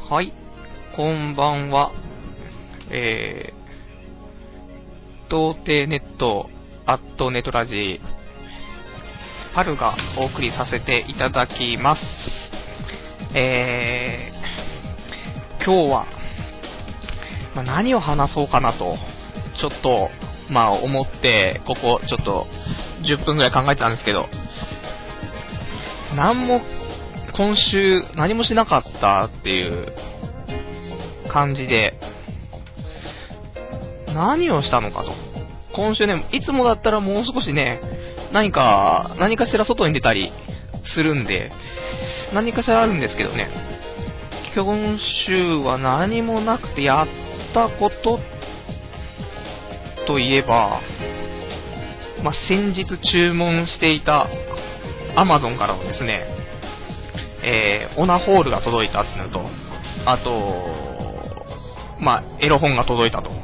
はい、こんばんは。童貞ネットアットネトラジパルがお送りさせていただきます。今日は、何を話そうかなとちょっと思ってここちょっと10分ぐらい考えてたんですけど、今週何もしなかったっていう感じで、何をしたのかと。今週ね、いつもだったらもう少しね、何かしら外に出たりするんで、何かしらあるんですけどね、今週は何もなくて、やったことといえば、先日注文していた Amazon からのですね、オナホールが届いたっていうのと、あとエロ本が届いたと。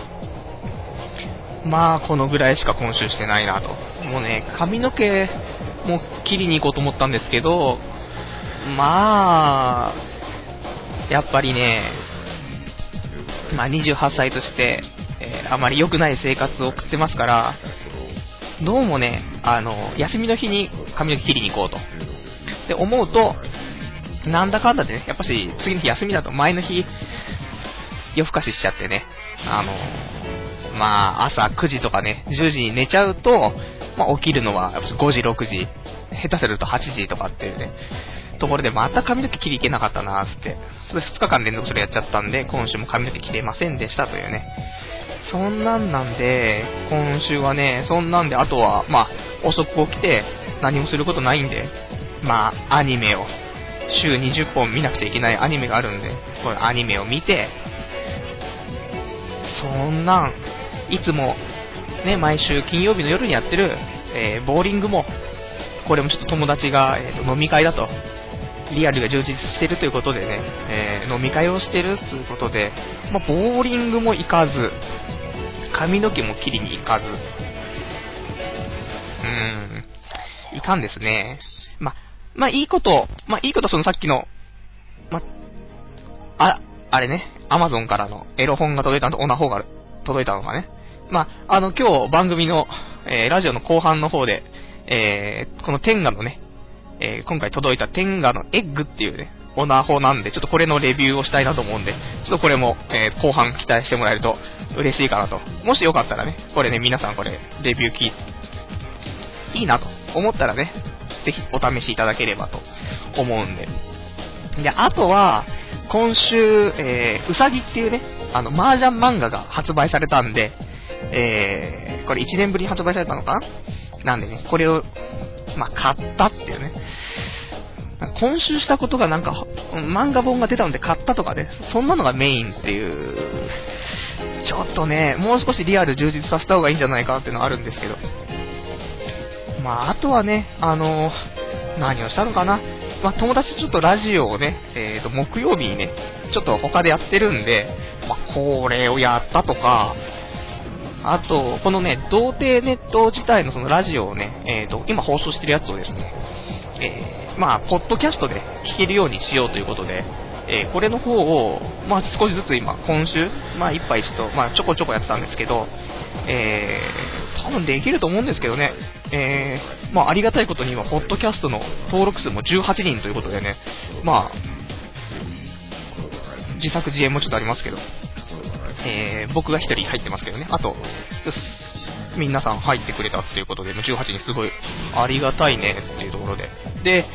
このぐらいしか今週してないなと。もうね、髪の毛も切りに行こうと思ったんですけど、やっぱりね、28歳として、あまり良くない生活を送ってますから、どうもね、休みの日に髪の毛切りに行こうとで思うと、なんだかんだでね、やっぱし次の日休みだと前の日夜更かししちゃってね、朝9時とかね、10時に寝ちゃうと、起きるのは5時、6時、下手すると8時とかっていうね、ところでまた髪の毛切りいけなかったなーって、それ2日間連続それやっちゃったんで、今週も髪の毛切れませんでしたというね。そんなんなんで、今週はね、そんなんで、あとは、遅く起きて、何もすることないんで、アニメを、週20本見なくちゃいけないアニメがあるんで、これアニメを見て、そんなん、いつも、ね、毎週金曜日の夜にやってる、ボーリングも、これもちょっと友達が、飲み会だと、リアルが充実してるということでね、飲み会をしてるということで、ボーリングも行かず、髪の毛も切りに行かず、いかんですね。いいこと、そのさっきの、あれね、アマゾンからのエロ本が届いたのとオナホが届いたのがね、今日番組の、ラジオの後半の方で、このテンガのね、今回届いたテンガのエッグっていうね、オナホなんで、ちょっとこれのレビューをしたいなと思うんで、ちょっとこれも、後半期待してもらえると嬉しいかなと。もしよかったらね、これね、皆さんこれ、レビューいいなと思ったらね、ぜひお試しいただければと思うんで。で、あとは、今週、うさぎっていうね、麻雀漫画が発売されたんで、これ1年ぶりに発売されたのかななんでね、これを、買ったっていうね。今週したことが漫画本が出たので買ったとかね、そんなのがメインっていう、ちょっとね、もう少しリアル充実させた方がいいんじゃないかなっていうのはあるんですけど。あとはね、何をしたのかな。友達とちょっとラジオをね、木曜日にね、ちょっと他でやってるんで、これをやったとか、あと、このね、童貞ネット自体のそのラジオをね、今放送してるやつをですね、ポッドキャストで聞けるようにしようということで、これの方を、少しずつ今週、一杯ちょっと、ちょこちょこやってたんですけど、多分できると思うんですけどね、ありがたいことに今、ポッドキャストの登録数も18人ということでね、自作自演もちょっとありますけど、僕が1人入ってますけどね、あと、皆さん入ってくれたっていうことで、18人すごいありがたいねっていうところで。で、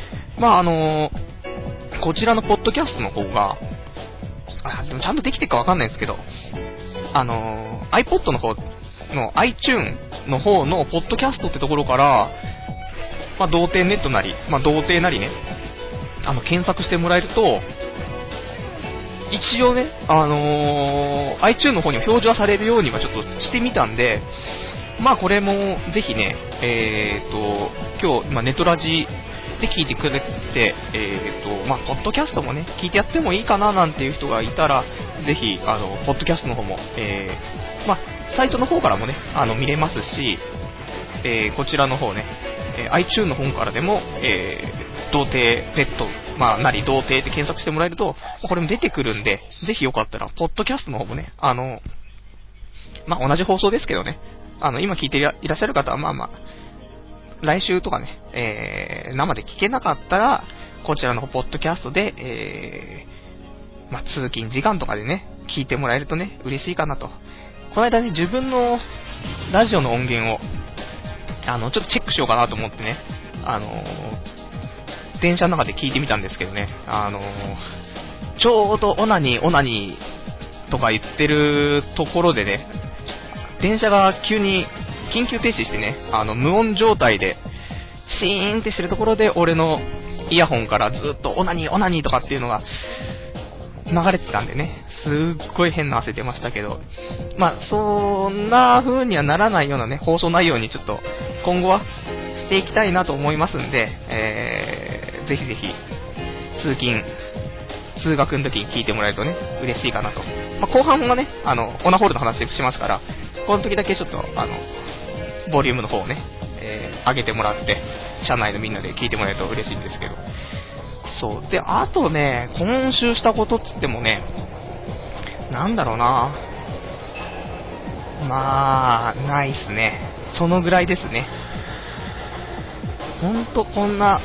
こちらのポッドキャストの方が、でもちゃんとできてるかわかんないんですけど、iPod の方の iTune の方のポッドキャストってところから、童貞ネットなり、童貞なりね、検索してもらえると、一応ね、iTune の方にも表示はされるようにはちょっとしてみたんで、これもぜひね、今日、ネトラジで聞いてくれて、ポッドキャストもね、聞いてやってもいいかななんていう人がいたら、ぜひ、ポッドキャストの方も、サイトの方からもね、見れますし、こちらの方ね、iTune の方からでも、 童貞ネット、まあ、なり童貞って検索してもらえると、これも出てくるんで、ぜひよかったら、ポッドキャストの方もね、まあ、同じ放送ですけどね、今聞いていらっしゃる方は、まあまあ、来週とかね、生で聞けなかったら、こちらのポッドキャストで、まあ、通勤時間とかでね、聞いてもらえるとね、嬉しいかなと。この間ね、自分のラジオの音源を、ちょっとチェックしようかなと思ってね、電車の中で聞いてみたんですけどね、ちょうどオナニーとか言ってるところでね、電車が急に緊急停止してね、無音状態で、シーンってしてるところで、俺のイヤホンからずっとオナニーとかっていうのが、流れてたんでね、すっごい変な汗出ましたけど、まあ、そんな風にはならないようなね、放送内容にちょっと、今後はしていきたいなと思いますんで、ぜひぜひ、通学の時に聞いてもらえるとね、嬉しいかなと。まあ、後半はね、オナホールの話しますから、この時だけちょっと、ボリュームの方をね、上げてもらって、車内のみんなで聞いてもらえると嬉しいんですけど、そう。で、あとね、今週したことっつってもね、なんだろうな、まあ、ないっすね。そのぐらいですね。ほんとこんな、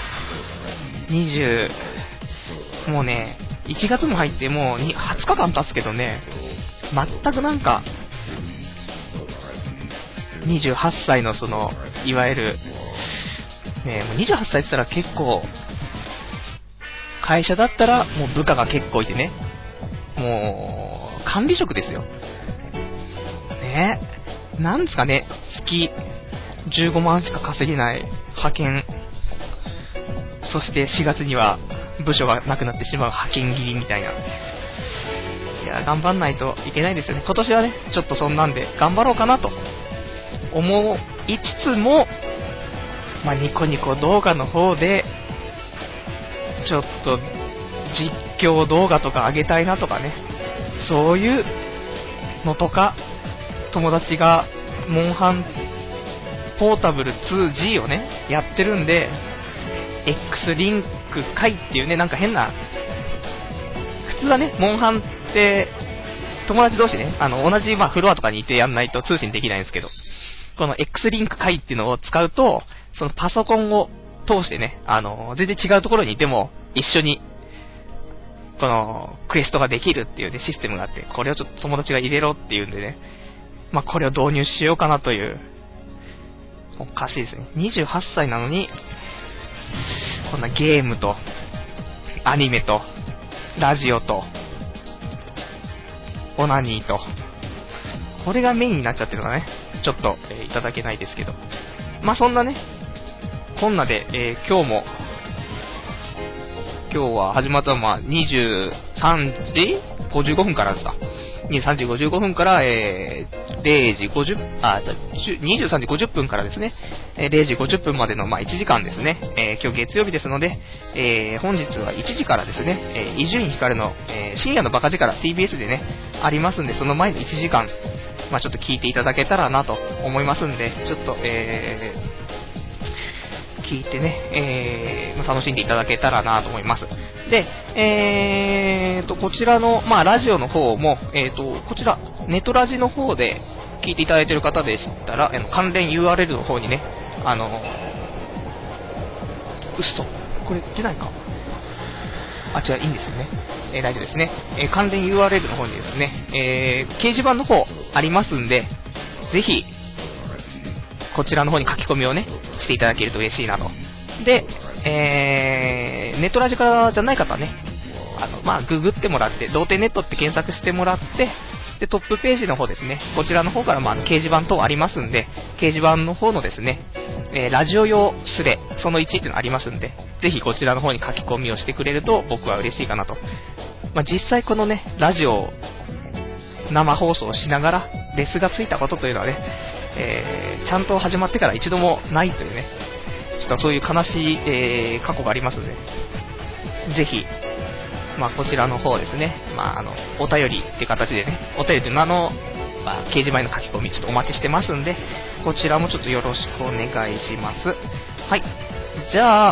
もうね、1月も入ってもう20日間経つけどね、全くなんか、28歳のその、いわゆる、ね、もう28歳って言ったら結構、会社だったらもう部下が結構いてね、もう管理職ですよね。なんですかね、月15万しか稼げない派遣、そして4月には部署がなくなってしまう派遣切りみたいな。いや、頑張んないといけないですよね。今年はね、ちょっとそんなんで頑張ろうかなと思いつつも、まあ、ニコニコ動画の方でちょっと実況動画とか上げたいなとかね、そういうのとか、友達がモンハンポータブル 2G をねやってるんで、 X リンク会っていうね、なんか変な、普通はねモンハンって友達同士ね、同じフロアとかにいてやんないと通信できないんですけど、この X リンク会っていうのを使うと、そのパソコンを通してね、全然違うところにいても一緒にこのクエストができるっていうねシステムがあって、これをちょっと友達が入れろっていうんでね、まあこれを導入しようかなという。おかしいですね、28歳なのにこんなゲームとアニメとラジオとオナニーと、これがメインになっちゃってるのがね、ちょっと、いただけないですけど、まあそんなねこんなで、今日は始まったのは23時55分からですか。23時55分から、0時50、23時50分からですね、0時50分までの、1時間ですね、今日月曜日ですので、本日は1時からですね、伊集院光の、深夜のバカ力 TBS でね、ありますんで、その前の1時間、ちょっと聞いていただけたらなと思いますんで、ちょっと、聞いてね、楽しんでいただけたらなと思います。で、こちらの、ラジオの方も、こちら、ネトラジの方で聞いていただいている方でしたら、関連 URL の方にね、これ出ないか、違う、いいんですよね。大丈夫ですね。関連 URL の方にですね、掲示板の方ありますんで、ぜひ、こちらの方に書き込みをね、していただけると嬉しいなと。で、ネットラジからじゃない方はね、ググってもらって、童貞ネットって検索してもらって、で、トップページの方ですね、こちらの方から掲示板等ありますんで、掲示板の方のですね、ラジオ用スレ、その1っていうのありますんで、ぜひこちらの方に書き込みをしてくれると僕は嬉しいかなと。実際このね、ラジオ生放送しながらレスがついたことというのはね、ちゃんと始まってから一度もないというね、ちょっとそういう悲しい、過去がありますので、ぜひ、こちらの方ですね、お便りって形でね、お便りという名の、掲示板への書き込みちょっとお待ちしてますんで、こちらもちょっとよろしくお願いします。はい。 じゃあ、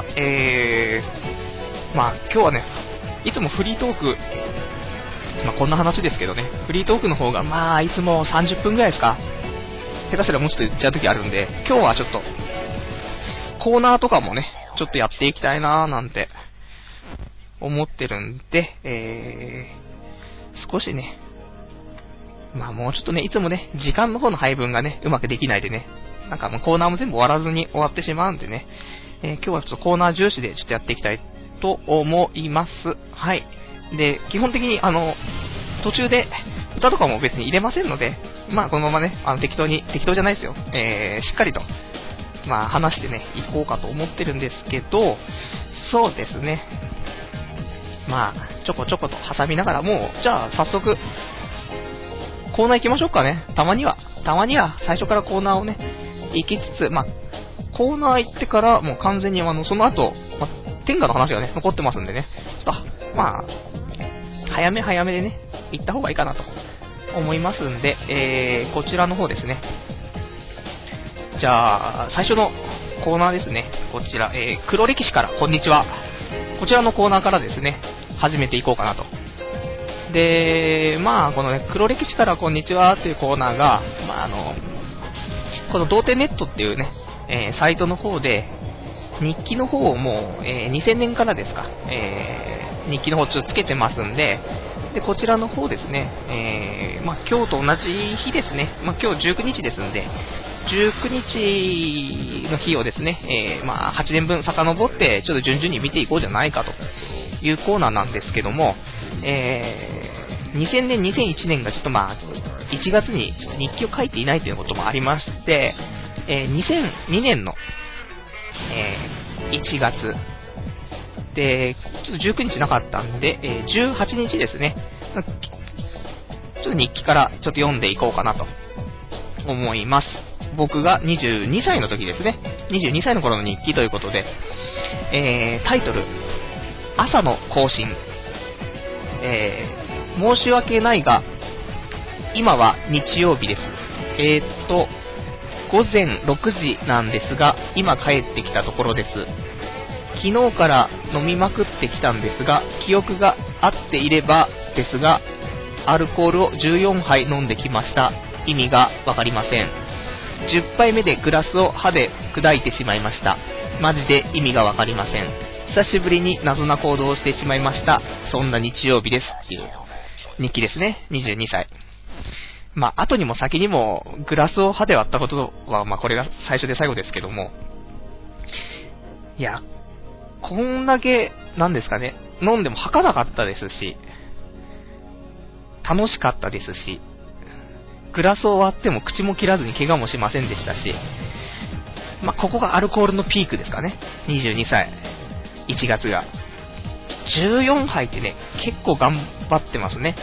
まあ今日はね、いつもフリートーク、まあこんな話ですけどね、フリートークの方がまあいつも30分ぐらいですか、下手したらもうちょっと言っちゃう時あるんで、今日はちょっとコーナーとかもね、ちょっとやっていきたいなーなんて思ってるんで、少しね、まあもうちょっとね、いつもね、時間の方の配分がね、うまくできないでね、なんかもうコーナーも全部終わらずに終わってしまうんでね、今日はちょっとコーナー重視でちょっとやっていきたいと思います。はい。で、基本的に途中で歌とかも別に入れませんので、まあこのままね、適当じゃないですよ。しっかりと、まあ話してね、いこうかと思ってるんですけど、そうですね。まあ、ちょこちょこと挟みながら、もう、じゃあ早速、コーナー行きましょうかね。たまには最初からコーナーをね、行きつつ、まあ、コーナー行ってからもう完全にその後、まあ、天下の話がね、残ってますんでね、ちょっと、まあ、早めでね、行った方がいいかなと思いますんで、こちらの方ですね。じゃあ、最初のコーナーですね。こちら、黒歴史からこんにちは。こちらのコーナーからですね、始めていこうかなと。で、まあ、このね、黒歴史からこんにちはっていうコーナーが、まあこの童貞ネットっていうね、サイトの方で、日記の方をもう、2000年からですか、日記の方ちょっとつけてますんで、で、こちらの方ですね、まあ、今日と同じ日ですね、まあ、今日19日ですんで、19日の日をですね、まあ、8年分遡って、ちょっと順々に見ていこうじゃないかというコーナーなんですけども、2000年、2001年がちょっとまあ、1月に日記を書いていないということもありまして、2002年の、1月で、ちょっと19日なかったんで、18日ですね、ちょっと日記からちょっと読んでいこうかなと思います。僕が22歳の時ですね、22歳の頃の日記ということで、タイトル、朝の更新、申し訳ないが、今は日曜日です。午前6時なんですが、今帰ってきたところです。昨日から飲みまくってきたんですが、記憶が合っていればですが、アルコールを14杯飲んできました。意味がわかりません。10杯目でグラスを歯で砕いてしまいました。マジで意味がわかりません。久しぶりに謎な行動をしてしまいました。そんな日曜日です。っていう日記ですね。22歳。まあ、後にも先にもグラスを歯で割ったことは、まあ、これが最初で最後ですけども、いや、こんだけ、なんですかね、飲んでも吐かなかったですし、楽しかったですし、グラスを割っても口も切らずに怪我もしませんでしたし、まあ、ここがアルコールのピークですかね。22歳、1月が。14杯ってね、結構頑張ってますね。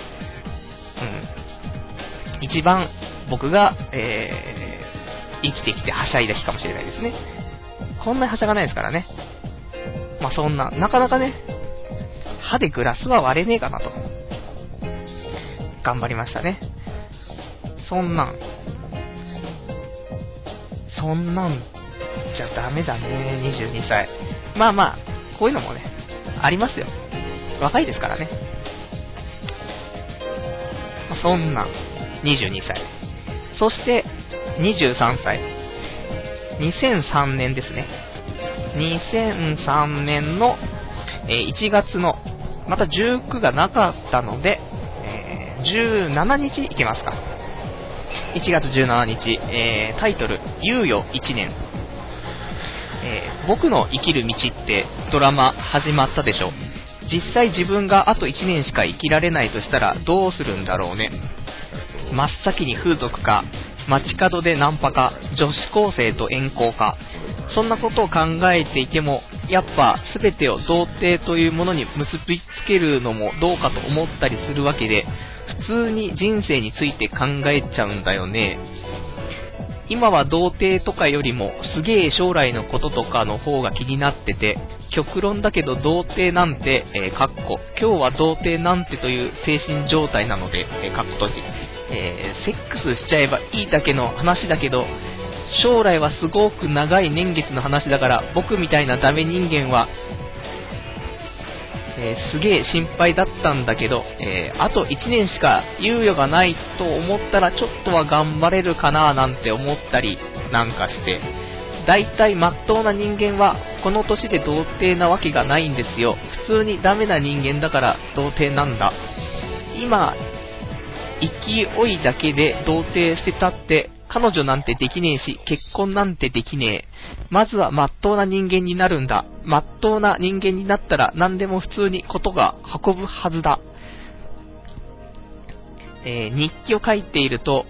一番僕が、生きてきてはしゃいだ日かもしれないですね。こんなにはしゃがないですからね。まあそんな、なかなかね、歯でグラスは割れねえかなと。頑張りましたね。そんなんじゃダメだね、22歳。まあまあ、こういうのもね、ありますよ。若いですからね。まあ、そんなん、22歳。そして、23歳。2003年ですね。2003年の、1月の、また19がなかったので、17日いけますか。1月17日、タイトル、猶予1年。僕の生きる道ってドラマ始まったでしょ。実際自分があと1年しか生きられないとしたらどうするんだろうね。真っ先に風俗か、街角でナンパか、女子高生と遠行か、そんなことを考えていても、やっぱ全てを童貞というものに結びつけるのもどうかと思ったりするわけで、普通に人生について考えちゃうんだよね。今は童貞とかよりもすげえ将来のこととかの方が気になってて、極論だけど童貞なんて、今日は童貞なんてという精神状態なので、閉じ、セックスしちゃえばいいだけの話だけど、 将来はすごく長い年月の話だから、僕みたいなダメ人間は、すげえ心配だったんだけど、あと1年しか猶予がないと思ったらちょっとは頑張れるかななんて思ったりなんかして、だいたい真っ当な人間はこの年で童貞なわけがないんですよ。普通にダメな人間だから童貞なんだ。今勢いだけで童貞捨てたって彼女なんてできねえし、結婚なんてできねえ。まずは真っ当な人間になるんだ。真っ当な人間になったら何でも普通にことが運ぶはずだ。日記を書いていると、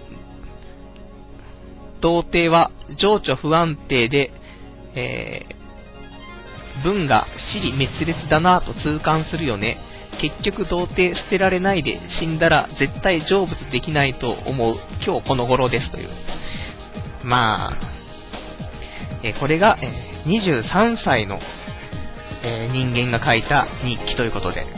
童貞は情緒不安定で、文が支離滅裂だなぁと痛感するよね。結局童貞捨てられないで死んだら絶対成仏できないと思う今日この頃ですという。まあ、これが、23歳の、人間が書いた日記ということで。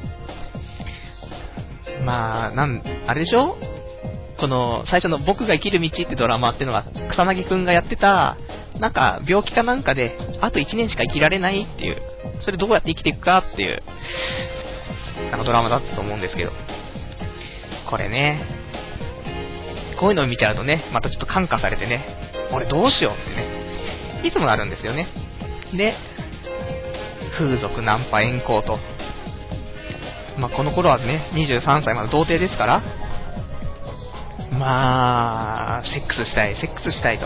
まあ、あれでしょ、この最初の僕が生きる道ってドラマっていうのは草薙くんがやってた、なんか病気かなんかであと1年しか生きられないっていう、それどうやって生きていくかっていうなんかドラマだったと思うんですけど、これね、こういうのを見ちゃうとね、またちょっと感化されてね、俺どうしようってね、いつもなるんですよね。で、風俗ナンパ遠行と、まあこの頃はね、23歳まだ童貞ですから、まあセックスしたいと、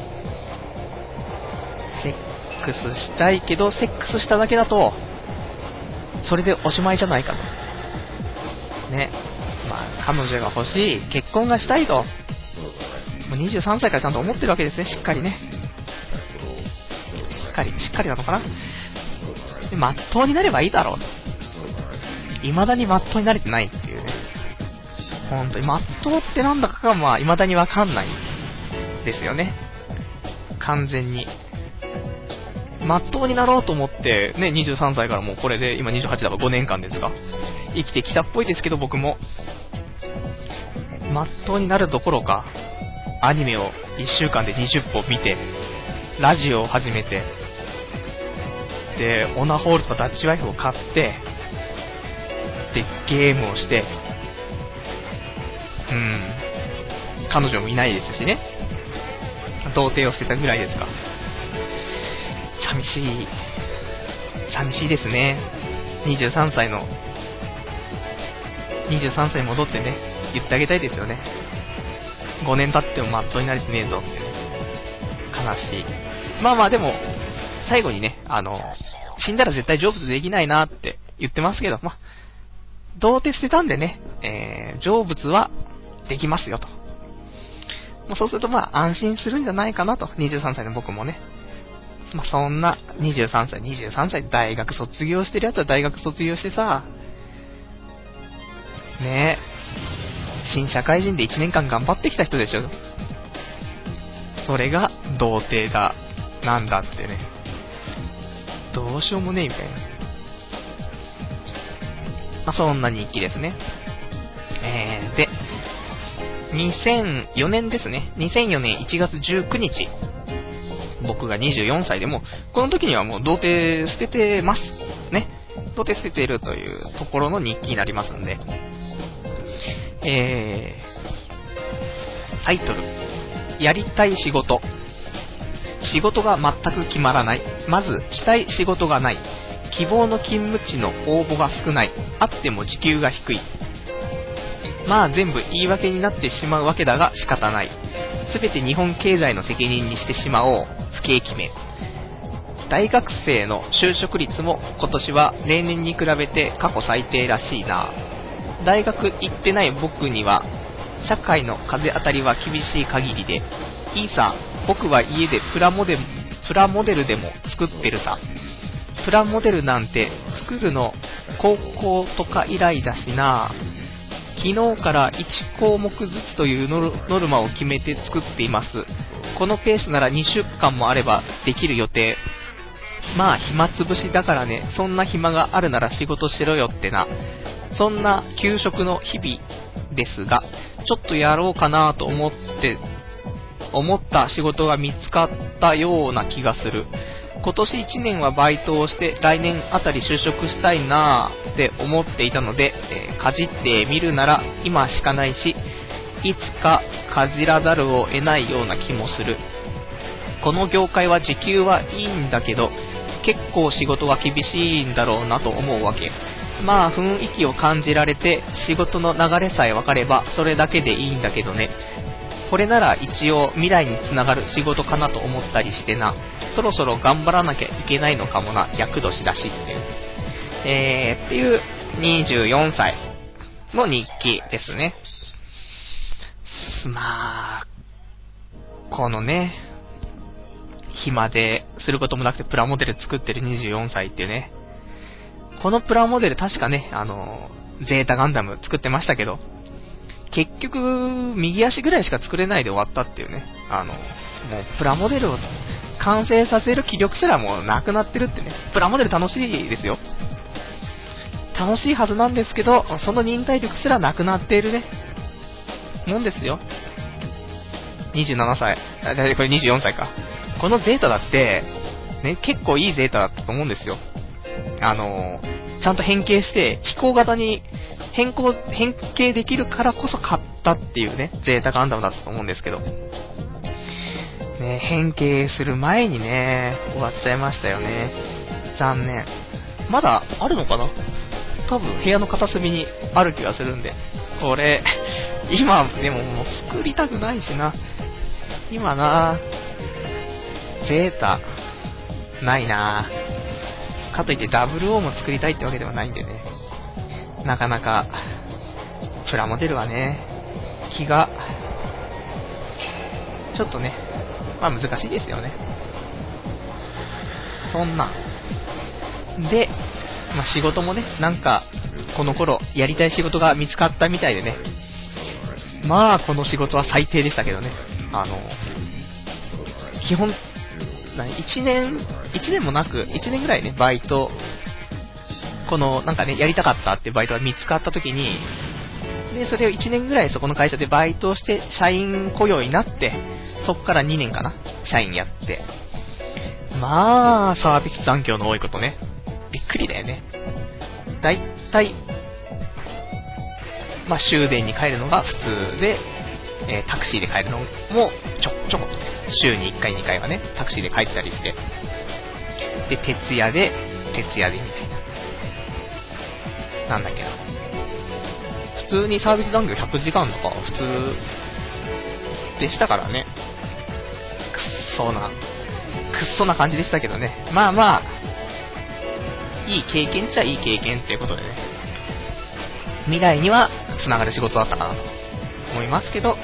セックスしたいけど、セックスしただけだとそれでおしまいじゃないかとね。まあ彼女が欲しい、結婚がしたいと、もう23歳からちゃんと思ってるわけですね。しっかりね、しっかりなのかな。で、まっとうになればいいだろうと。未だにまっとうになれてないっていうね。本当にまっとうってなんだかがまあ未だにわかんないですよね。完全にまっとうになろうと思ってね、23歳からもうこれで今28だから5年間ですか、生きてきたっぽいですけど、僕もまっとうになるどころか、アニメを1週間で20本見て、ラジオを始めて、でオナホールとダッチワイフを買って、でゲームをして、彼女もいないですしね、童貞を捨てたぐらいですか。寂しいですね。23歳に戻ってね、言ってあげたいですよね。5年経ってもまっとうになれてねえぞってね、悲しい。まあまあでも最後にね、死んだら絶対成仏できないなって言ってますけど、まあ童貞捨てたんでね、成仏はできますよと。まあ、そうするとまあ安心するんじゃないかなと、23歳の僕もね。まあ、そんな23歳大学卒業してるやつは大学卒業してさ、ねえ、新社会人で1年間頑張ってきた人でしょ。それが童貞だなんだってね、どうしようもねえみたいな。まあ、そんな日記ですね。で2004年ですね。2004年1月19日、僕が24歳でも、この時にはもう童貞捨ててますね。童貞捨てているというところの日記になりますので、タイトル、やりたい仕事。仕事が全く決まらない。まずしたい仕事がない。希望の勤務地の応募が少ない。あっても時給が低い。まあ全部言い訳になってしまうわけだが仕方ない。すべて日本経済の責任にしてしまおう。不景気め。大学生の就職率も今年は例年に比べて過去最低らしいな。大学行ってない僕には社会の風当たりは厳しい限りで、いいさ、僕は家でプラモデルでも作ってるさ。プラモデルなんて作るの高校とか以来だしな。昨日から1項目ずつというノルマを決めて作っています。このペースなら2週間もあればできる予定。まあ暇つぶしだからね。そんな暇があるなら仕事しろよってな。そんな給食の日々ですが、ちょっとやろうかなと思って思った仕事が見つかったような気がする。今年1年はバイトをして来年あたり就職したいなーって思っていたので、かじってみるなら今しかないし、いつかかじらざるを得ないような気もする。この業界は時給はいいんだけど、結構仕事が厳しいんだろうなと思うわけ。まあ雰囲気を感じられて仕事の流れさえ分かればそれだけでいいんだけどね。これなら一応未来につながる仕事かなと思ったりしてな。そろそろ頑張らなきゃいけないのかもな、厄年だしっていう。っていう24歳の日記ですね。まあ、このね、暇ですることもなくてプラモデル作ってる24歳っていうね。このプラモデル確かね、ゼータガンダム作ってましたけど、結局、右足ぐらいしか作れないで終わったっていうね。もうプラモデルを完成させる気力すらもうなくなってるってね。プラモデル楽しいですよ。楽しいはずなんですけど、その忍耐力すらなくなっているね。もんですよ。27歳。これ24歳か。このゼータだって、ね、結構いいゼータだったと思うんですよ。ちゃんと変形して、飛行型に変形できるからこそ買ったっていうね、ゼータガンダムだったと思うんですけど。ね、変形する前にね、終わっちゃいましたよね。残念。まだあるのかな？多分部屋の片隅にある気がするんで。これ、今、でももう作りたくないしな。今な、ゼータ、ないな。かといって 00 も作りたいってわけではないんでね。なかなか、プラモデルはね、気が、ちょっとね、まあ難しいですよね。そんな。で、まあ仕事もね、なんか、この頃、やりたい仕事が見つかったみたいでね。まあ、この仕事は最低でしたけどね。基本、1年もなく、1年ぐらいね、バイト、この、なんかね、やりたかったってバイトが見つかった時に、で、それを1年ぐらいそこの会社でバイトして、社員雇用になって、そっから2年かな、社員やって。まあ、サービス残業の多いことね。びっくりだよね。だいたい、まあ、終電に帰るのが普通で、タクシーで帰るのもちょこっとね、週に1回2回はね、タクシーで帰ったりして、で、徹夜でみたいな。なんだっけな。普通にサービス残業100時間とか普通でしたからね。くっそな感じでしたけどね。まあまあ、いい経験っちゃいい経験っていうことでね。未来には繋がる仕事だったかなと思いますけど、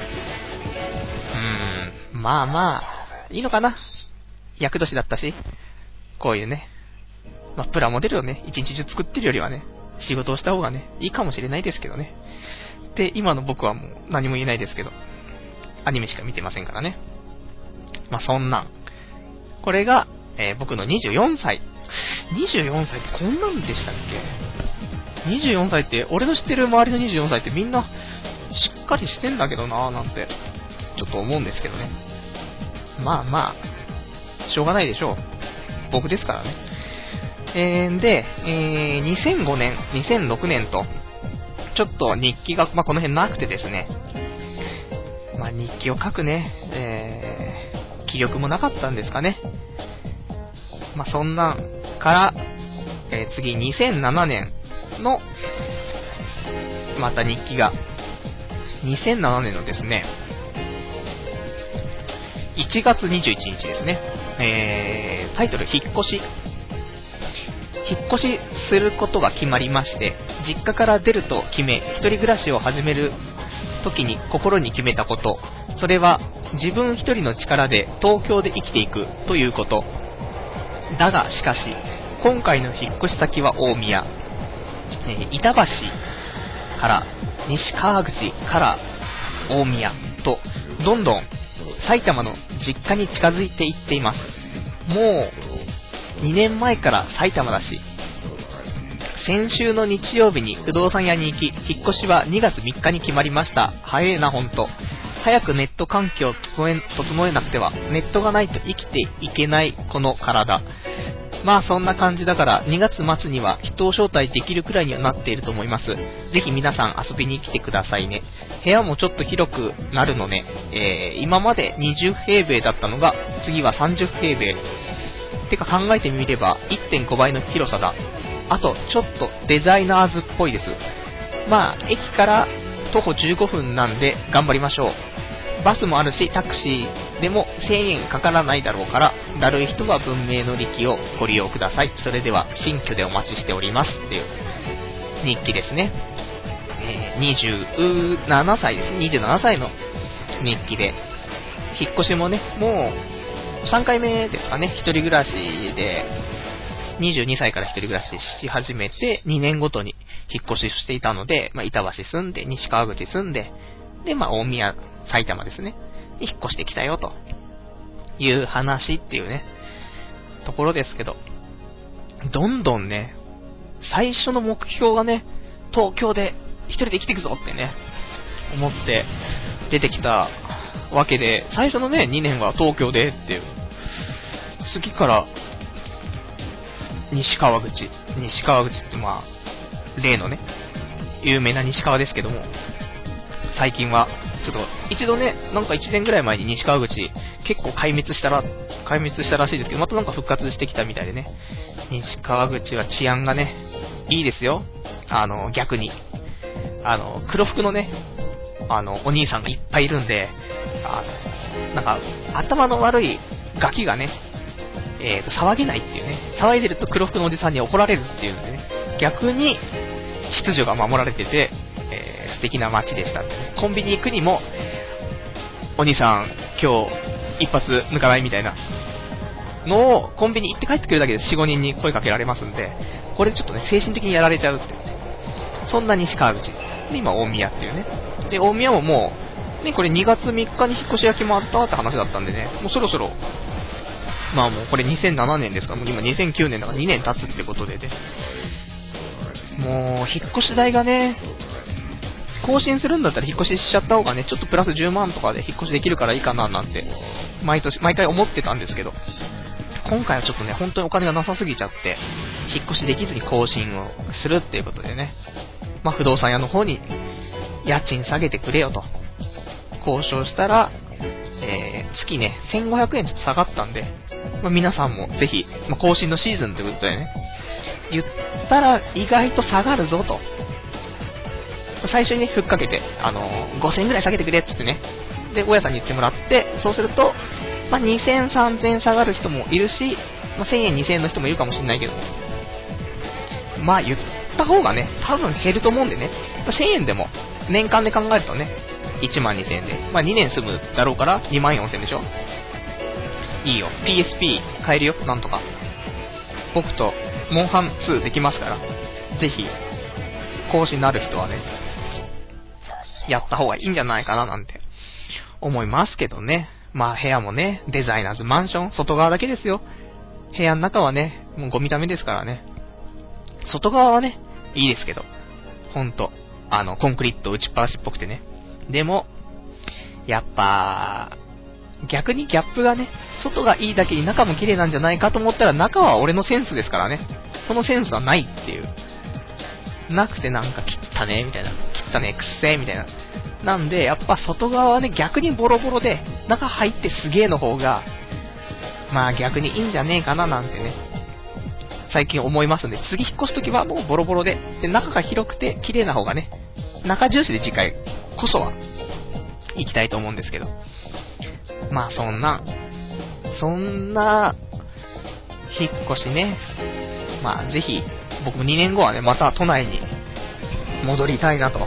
まあまあ、いいのかな。厄年だったし、こういうね、まあ、プラモデルをね、一日中作ってるよりはね、仕事をした方がね、いいかもしれないですけどね。で、今の僕はもう何も言えないですけど、アニメしか見てませんからね。まあそんなん。これが、僕の24歳。24歳ってこんなんでしたっけ？ 24 歳って、俺の知ってる周りの24歳ってみんな、しっかりしてんだけどなぁなんて、ちょっと思うんですけどね。まあまあ、しょうがないでしょう。僕ですからね。で、2005年、2006年と、ちょっと日記が、まあ、この辺なくてですね、まあ、日記を書くね、気力もなかったんですかね。まあ、そんなんから、次2007年の、また日記が、2007年のですね、1月21日ですね、タイトル、引っ越しすることが決まりまして、実家から出ると決め、一人暮らしを始める時に心に決めたこと、それは自分一人の力で東京で生きていくということ。だがしかし、今回の引っ越し先は大宮、板橋から西川口から大宮と、どんどん埼玉の実家に近づいていっています。もう2年前から埼玉だし、先週の日曜日に不動産屋に行き、引っ越しは2月3日に決まりました。早いなほんと。 早くネット環境を整えなくては、ネットがないと生きていけないこの体。まあそんな感じだから2月末には人を招待できるくらいにはなっていると思います。ぜひ皆さん遊びに来てくださいね。部屋もちょっと広くなるのね、今まで20平米だったのが次は30平米。てか考えてみれば 1.5 倍の広さだ。あとちょっとデザイナーズっぽいです。まあ駅から徒歩15分なんで頑張りましょう。バスもあるしタクシーでも1000円かからないだろうから、だるい人は文明の利器をご利用ください。それでは新居でお待ちしておりますっていう日記ですね。27歳です。27歳の日記で、引っ越しもねもう3回目ですかね。一人暮らしで22歳から一人暮らしし始めて2年ごとに引っ越ししていたので、まあ、板橋住んで西川口住んで、でまあ大宮埼玉ですねに引っ越してきたよという話っていうねところですけど、どんどんね最初の目標がね東京で一人で生きていくぞってね思って出てきたわけで、最初のね2年は東京でっていう、次から西川口ってまあ例のね有名な西川ですけども、最近はちょっと一度ねなんか1年ぐらい前に西川口結構壊滅したらしいですけど、またなんか復活してきたみたいでね、西川口は治安がねいいですよ。逆に黒服のねお兄さんがいっぱいいるんで、なんか頭の悪いガキがね騒げないっていうね、騒いでると黒服のおじさんに怒られるっていうんでね、逆に秩序が守られてて、素敵な街でしたってね。コンビニ行くにもお兄さん今日一発抜かないみたいなのをコンビニ行って帰ってくるだけで 4,5 人に声かけられますんで、これちょっとね精神的にやられちゃうっていうね、そんな西川口で今大宮っていうね。で大宮ももうねこれ2月3日に引っ越しが決まったって話だったんでね、もうそろそろまあもうこれ2007年ですから、もう今2009年だから2年経つってことでね、もう引っ越し代がね更新するんだったら引っ越ししちゃった方がねちょっとプラス10万とかで引っ越しできるからいいかななんて毎回思ってたんですけど、今回はちょっとね本当にお金がなさすぎちゃって引っ越しできずに更新をするっていうことでね、まあ不動産屋の方に家賃下げてくれよと交渉したら、月ね1500円ちょっと下がったんで、まあ、皆さんもぜひ、まあ、更新のシーズンということでね言ったら意外と下がるぞと、最初にねふっかけて、5000円ぐらい下げてくれっつってね、で大家さんに言ってもらって、そうすると、まあ、2000、3000下がる人もいるし、まあ、1000円2000円の人もいるかもしれないけども、まあ言った方がね多分減ると思うんでね、まあ、1000円でも年間で考えるとね1万2000円で、まあ、2年住むだろうから2万4000円でしょ。いいよ PSP 買えるよ、なんとか僕とモンハン2できますから、ぜひ更新のある人はねやった方がいいんじゃないかななんて思いますけどね。まあ部屋もねデザイナーズマンション、外側だけですよ。部屋の中はねもうゴミためですからね。外側はねいいですけど、ほんとコンクリート打ちっぱなしっぽくてね、でもやっぱ逆にギャップがね、外がいいだけに中も綺麗なんじゃないかと思ったら、中は俺のセンスですからね。このセンスはないっていう、なくてなんか汚ねえみたいな、汚ねえくっせえみたいな、なんでやっぱ外側はね逆にボロボロで中入ってすげえの方がまあ逆にいいんじゃねえかななんてね最近思いますんで、次引っ越すときはもうボロボロで中が広くて綺麗な方がね、中重視で次回こそは行きたいと思うんですけど、まあそんな引っ越しね、まあぜひ僕も2年後はねまた都内に戻りたいなと。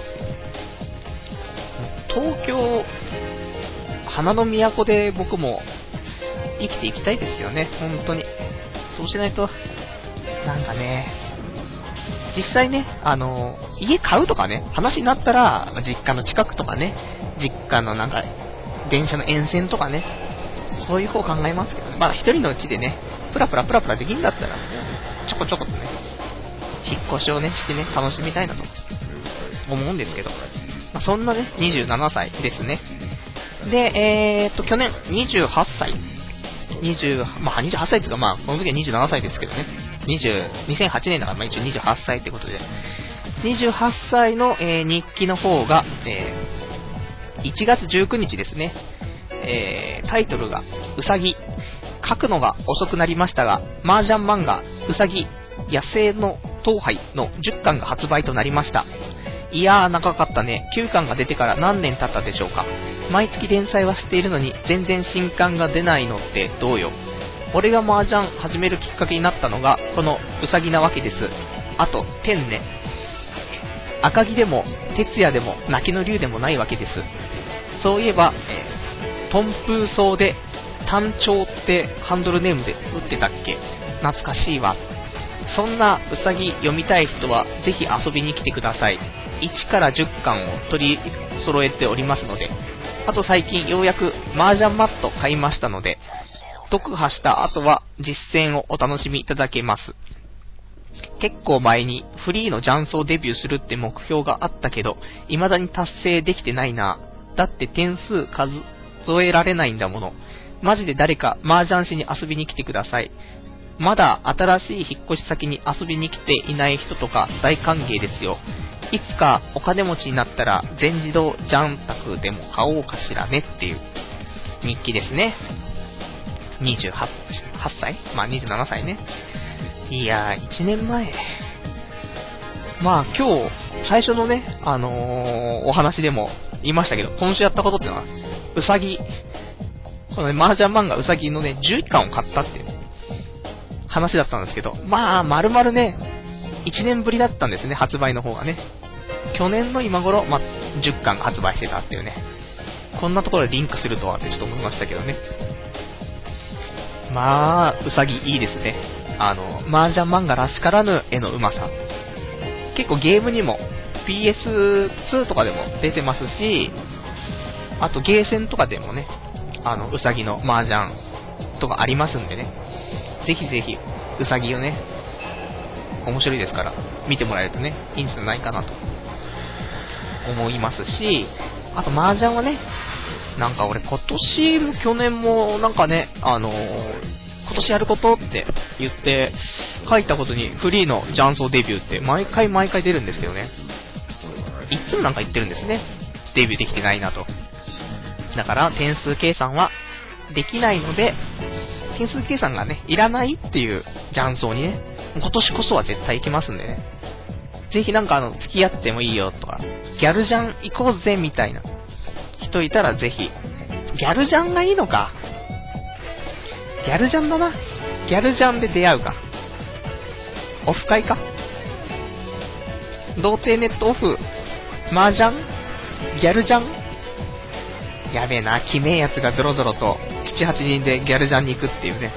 東京花の都で僕も生きていきたいですよね、本当に。そうしないとなんかね、実際ね家買うとかね話になったら、実家の近くとかね、実家のなんか電車の沿線とかね、そういう方考えますけどね。まあ一人のうちでねプラプラできんだったらちょこちょことね引っ越しをねしてね楽しみたいなと思うんですけど、まあ、そんなね27歳ですね。 で、去年28歳。まあ28歳っていうか、まあこの時は27歳ですけどね。2008年だから、まあ一応28歳ってことで。28歳の、日記の方が、1月19日ですね。タイトルが、うさぎ。書くのが遅くなりましたが、麻雀漫画、うさぎ、野生の闘杯の10巻が発売となりました。いやー長かったね。9巻が出てから何年経ったでしょうか。毎月連載はしているのに全然新刊が出ないのってどうよ。俺が麻雀始めるきっかけになったのがこのうさぎなわけです。あと天ね。赤木でも哲也でも泣きの竜でもないわけです。そういえば、トンプーソーで単調ってハンドルネームで打ってたっけ。懐かしいわ。そんなうさぎ読みたい人はぜひ遊びに来てください。1から10巻を取り揃えておりますので、あと最近ようやく麻雀マット買いましたので、読破した後は実践をお楽しみいただけます。結構前にフリーの雀荘デビューするって目標があったけど、未だに達成できてないな。だって点数数えられないんだもの。マジで誰か麻雀しに遊びに来てください。まだ新しい引っ越し先に遊びに来ていない人とか大歓迎ですよ。いつかお金持ちになったら全自動ジャン卓でも買おうかしらねっていう日記ですね。28歳まあ27歳ね。いやー、1年前。まあ今日、最初のね、お話でも言いましたけど、今週やったことってのは、うさぎ、このね、麻雀漫画うさぎのね、11巻を買ったっていう話だったんですけど、まあ、丸々ね、1年ぶりだったんですね、発売の方がね。去年の今頃、まあ、10巻が発売してたっていうね。こんなところでリンクするとはってちょっと思いましたけどね。まあ、うさぎいいですね。麻雀漫画らしからぬ絵のうまさ。結構ゲームにも PS2 とかでも出てますし、あとゲーセンとかでもね、うさぎの麻雀とかありますんでね。ぜひぜひ、うさぎをね、面白いですから、見てもらえるとね、いいんじゃないかなと思いますし、あと麻雀はね、なんか俺今年も去年もなんかね、今年やることって言って書いたことにフリーの雀荘デビューって毎回出るんですけどね、いつもなんか言ってるんですね。デビューできてないなと。だから点数計算はできないので、点数計算がね、いらないっていう雀荘にね、今年こそは絶対行きますんでね。ぜひなんか付き合ってもいいよとか、ギャルジャン行こうぜみたいな人いたらぜひ。ギャルジャンがいいのか。ギャルジャンだな。ギャルジャンで出会うか。オフ会か。童貞ネットオフ、麻雀、ギャルジャン。やべえな、きめえやつがゾロゾロと 7,8 人でギャルジャンに行くっていうね。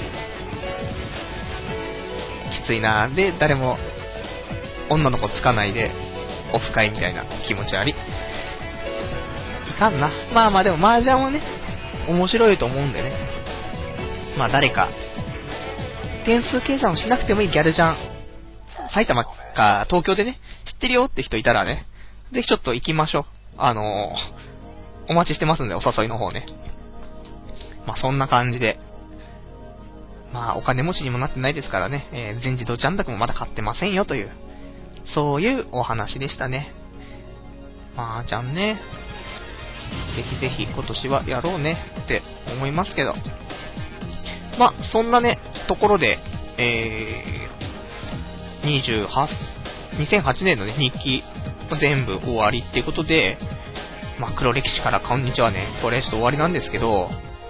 きついな。で、誰も女の子つかないでオフ会みたいな気持ち悪い。いかんな。まあまあでも麻雀はね、面白いと思うんでね。まあ誰か点数計算をしなくてもいいギャルジャン、埼玉か東京でね、知ってるよって人いたらね、ぜひちょっと行きましょう。お待ちしてますんで、お誘いの方ね。まあそんな感じで、まあお金持ちにもなってないですからね、全自動ジャン卓もまだ買ってませんよという、そういうお話でしたね。まあじゃんね、ぜひぜひ今年はやろうねって思いますけど、まあそんなねところで、2008年の、ね、日記全部終わりっていうことで、まあ黒歴史からこんにちはね、これちょっと終わりなんですけど、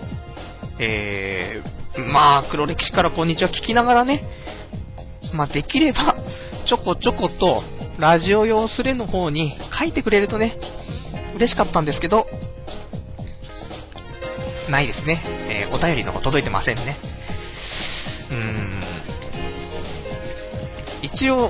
まあ黒歴史からこんにちは聞きながらね、まあできればちょこちょことラジオ用スレの方に書いてくれるとね嬉しかったんですけど、ないですね。お便りの方届いてませんね。一応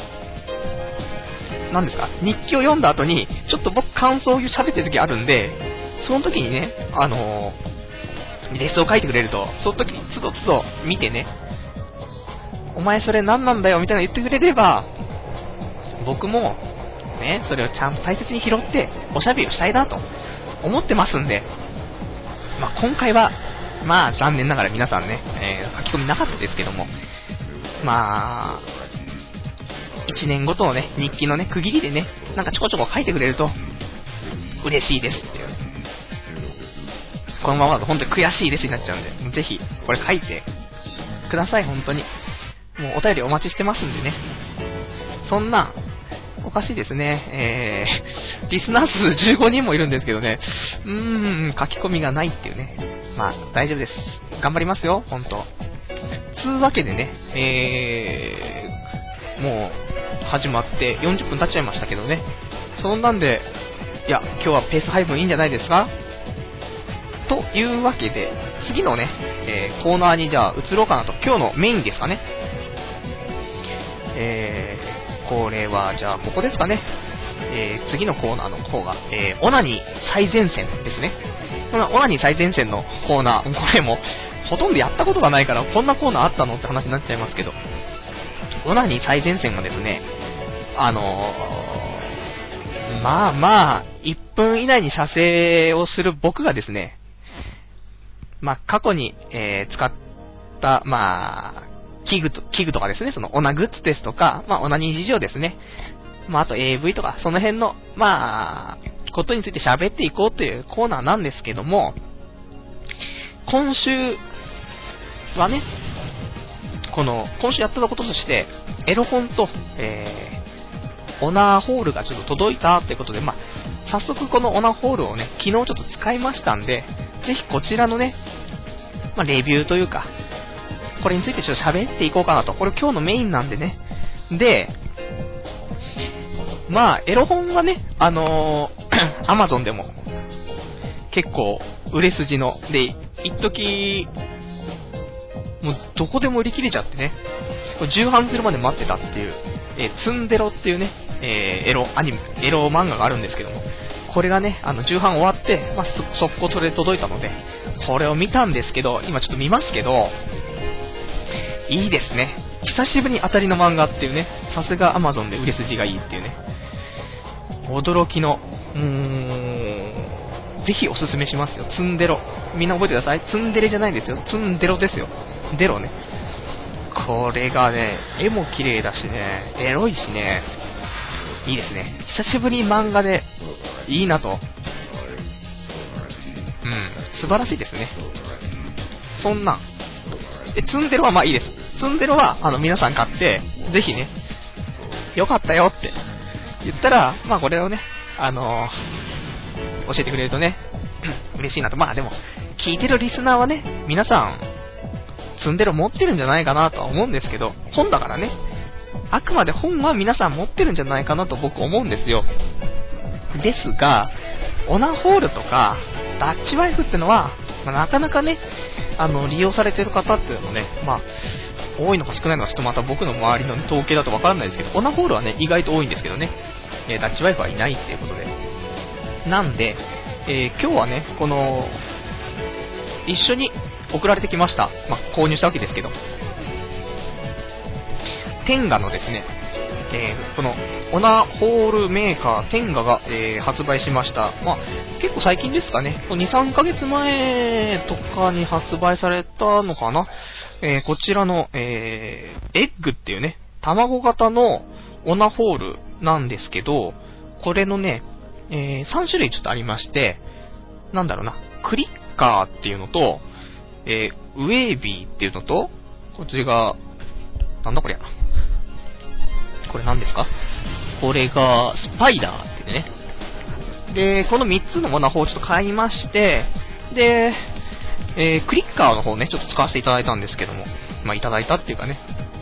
何ですか、日記を読んだ後にちょっと僕感想を喋ってる時あるんで、その時にねレスを書いてくれると、その時につどつど見てね、お前それ何なんだよみたいな言ってくれれば、僕もねそれをちゃんと大切に拾っておしゃべりをしたいなと思ってますんで、まあ今回は、まあ残念ながら皆さんね、書き込みなかったですけども、まあ、1年ごとのね、日記のね、区切りでね、なんかちょこちょこ書いてくれると、嬉しいですっていう。このままだと本当に悔しいですになっちゃうんで、ぜひ、これ書いてください、本当に。もうお便りお待ちしてますんでね。そんな、おかしいですね。リスナー数15人もいるんですけどね、書き込みがないっていうね。まあ、大丈夫です。頑張りますよ、本当。つうわけでね、もう、始まって40分経っちゃいましたけどね。そんなんで、いや、今日はペース配分いいんじゃないですかというわけで、次のね、コーナーにじゃあ移ろうかなと。今日のメインですかね。これはじゃあここですかね。次のコーナーの方が、オナニー最前線ですね。このオナニー最前線のコーナー、これもほとんどやったことがないからこんなコーナーあったのって話になっちゃいますけど、オナニー最前線がですね、まあ1分以内に射精をする僕がですね、まあ過去に、使ったまあ器具とかですね、そのオナグッズですとか、まあオナニー事情ですね、まああと AV とかその辺のまあことについて喋っていこうというコーナーなんですけども、今週はね、今週やったこととしてエロ本と、オナーホールがちょっと届いたってことで、まあ早速このオナーホールをね昨日ちょっと使いましたんで、ぜひこちらのね、まあレビューというかこれについてちょっと喋っていこうかなと。これ今日のメインなんでね。で、まあエロ本はね、Amazon でも結構売れ筋ので、一時もうどこでも売り切れちゃってね、これ重版するまで待ってたっていう、ツンデロっていうね、エロ漫画があるんですけども、これがね、重版終わって、まあ、速攻それで届いたので、これを見たんですけど、今ちょっと見ますけど、いいですね。久しぶりに当たりの漫画っていうね、さすが Amazon で売れ筋がいいっていうね、驚きの、ぜひおすすめしますよ。ツンデロ。みんな覚えてください。ツンデレじゃないですよ。ツンデロですよ。デロね。これがね、絵も綺麗だしね、エロいしね、いいですね。久しぶりに漫画でいいなと。素晴らしいですね。そんな。ツンデロはまあいいです。ツンデロは皆さん買って、ぜひね、よかったよって言ったら、まあこれをね、教えてくれるとね、嬉しいなと。まあでも、聞いてるリスナーはね、皆さん、ツンデロ持ってるんじゃないかなとは思うんですけど、本だからね、あくまで本は皆さん持ってるんじゃないかなと僕思うんですよ。ですが、オナホールとか、ダッチワイフってのは、まあ、なかなかね、利用されてる方っていうのもね、まあ、多いのか少ないのかちょっとまた僕の周りの統計だとわからないですけど、オナホールはね、意外と多いんですけどね、ダッチワイフはいないっていうことで。なんで、今日はね、この、一緒に送られてきました。まあ、購入したわけですけど、テンガのですね、このオナホールメーカーテンガが、発売しました。まあ、結構最近ですかね、2、3ヶ月前とかに発売されたのかな。こちらの、エッグっていうね、卵型のオナホールなんですけど、これのね、3種類ちょっとありまして、なんだろうな、クリッカーっていうのと、ウェービーっていうのと、こっちが、なんだこりゃ。これ何ですか？これが、スパイダーってね。で、この3つのモナホをちょっと買いまして、で、クリッカーの方ね、ちょっと使わせていただいたんですけども、まあ、いただいたっていうかね。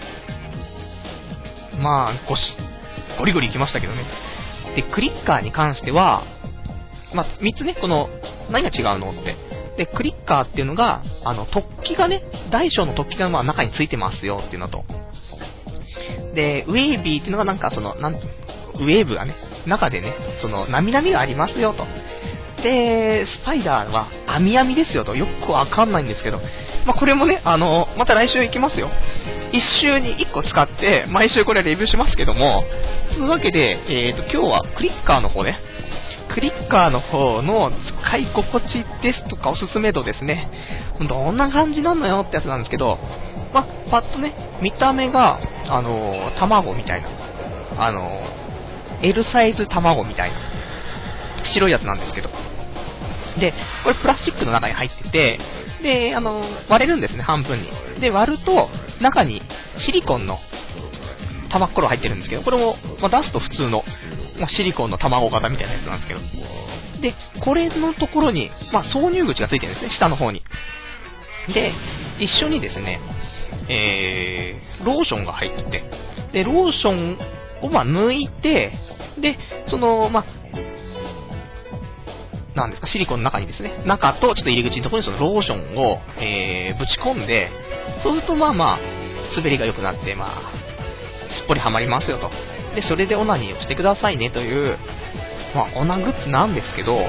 まあ、ゴリゴリいきましたけどね。で、クリッカーに関しては、まあ、3つね、この、何が違うのって。で、クリッカーっていうのが、突起がね、大小の突起がまあ中についてますよっていうのと。で、ウェービーっていうのがなんかウェーブがね、中でね、なみなみがありますよと。で、スパイダーは網網ですよと。よくわかんないんですけど。まあ、これもね、また来週行きますよ。1週に1個使って、毎週これレビューしますけども、そういうわけで、今日はクリッカーの方ね、 クリッカーの方の使い心地ですとかおすすめ度ですね。どんな感じなのよってやつなんですけど、ま、パッとね、見た目が、卵みたいな、L サイズ卵みたいな、白いやつなんですけど。で、これプラスチックの中に入ってて、で、割れるんですね、半分に。で、割ると、中にシリコンの玉っころ入ってるんですけど、これも、まあ、出すと普通の、まあ、シリコンの卵型みたいなやつなんですけど。で、これのところに、まあ、挿入口がついてるんですね、下の方に。で、一緒にですね、ローションが入ってて、で、ローションをまあ抜いて、で、まあ、なんですか、シリコンの中にですね、中とちょっと入り口のところにそのローションを、ぶち込んで、そうするとまあまあ、滑りが良くなって、まあ、すっぽりはまりますよと。で、それでオナニーをしてくださいねという、まあ、オナグッズなんですけど、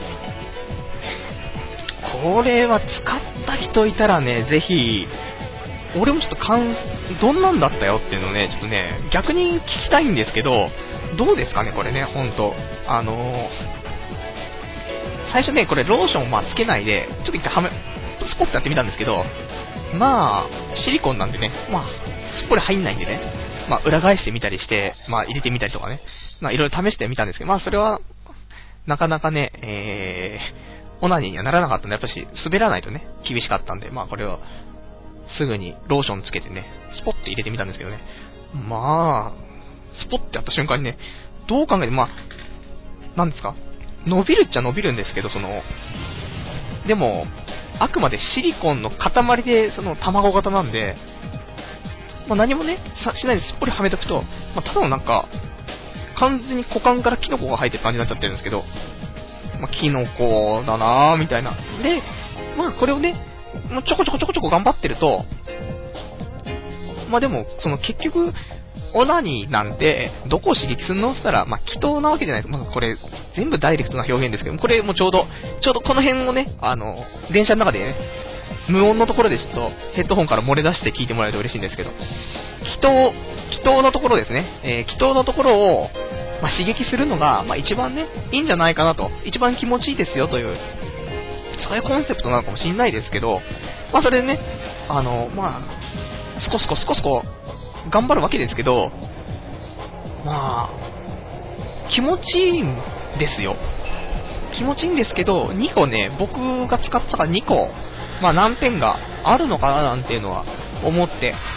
これは使った人いたらね、ぜひ、俺もちょっとどんなんだったよっていうのをね、ちょっとね、逆に聞きたいんですけど、どうですかね、これね、ほんと。最初ね、これローションをまあつけないで、ちょっと一回スポッとやってみたんですけど、まあ、シリコンなんでね、まあ、すっぽり入んないんでね、まあ、裏返してみたりして、まあ、入れてみたりとかね、まあ、いろいろ試してみたんですけど、まあ、それは、なかなかね、オナニーにはならなかったんで、やっぱし、滑らないとね、厳しかったんで、まあ、これを、すぐにローションつけてね、スポッと入れてみたんですけどね、まあ、スポッとやった瞬間にね、どう考えても、まあ、なんですか、伸びるっちゃ伸びるんですけど、でも、あくまでシリコンの塊で、卵型なんで、まあ、何もね、しないですっぽりはめとくと、まあ、ただのなんか、完全に股間からキノコが生えてる感じになっちゃってるんですけど、まあ、キノコだなーみたいな。で、まあ、これをね、もうちょこちょこ頑張ってると、まあでも、結局、オナニーなんて、どこを刺激するのって言ったら、まあ、祈祷なわけじゃないですか。まあ、これ、全部ダイレクトな表現ですけど、これもちょうどこの辺をね、電車の中でね、無音のところでちょっとヘッドホンから漏れ出して聞いてもらえると嬉しいんですけど、祈祷のところですね、祈祷のところを、まあ、刺激するのが、まあ、一番ね、いいんじゃないかなと、一番気持ちいいですよという、そういうコンセプトなのかもしれないですけど、まあ、それでね、まあ、少し頑張るわけですけど、まあ、気持ちいいんですよ。気持ちいいんですけど、2個ね、僕が使ったから2個、まあ難点があるのかななんていうのは思って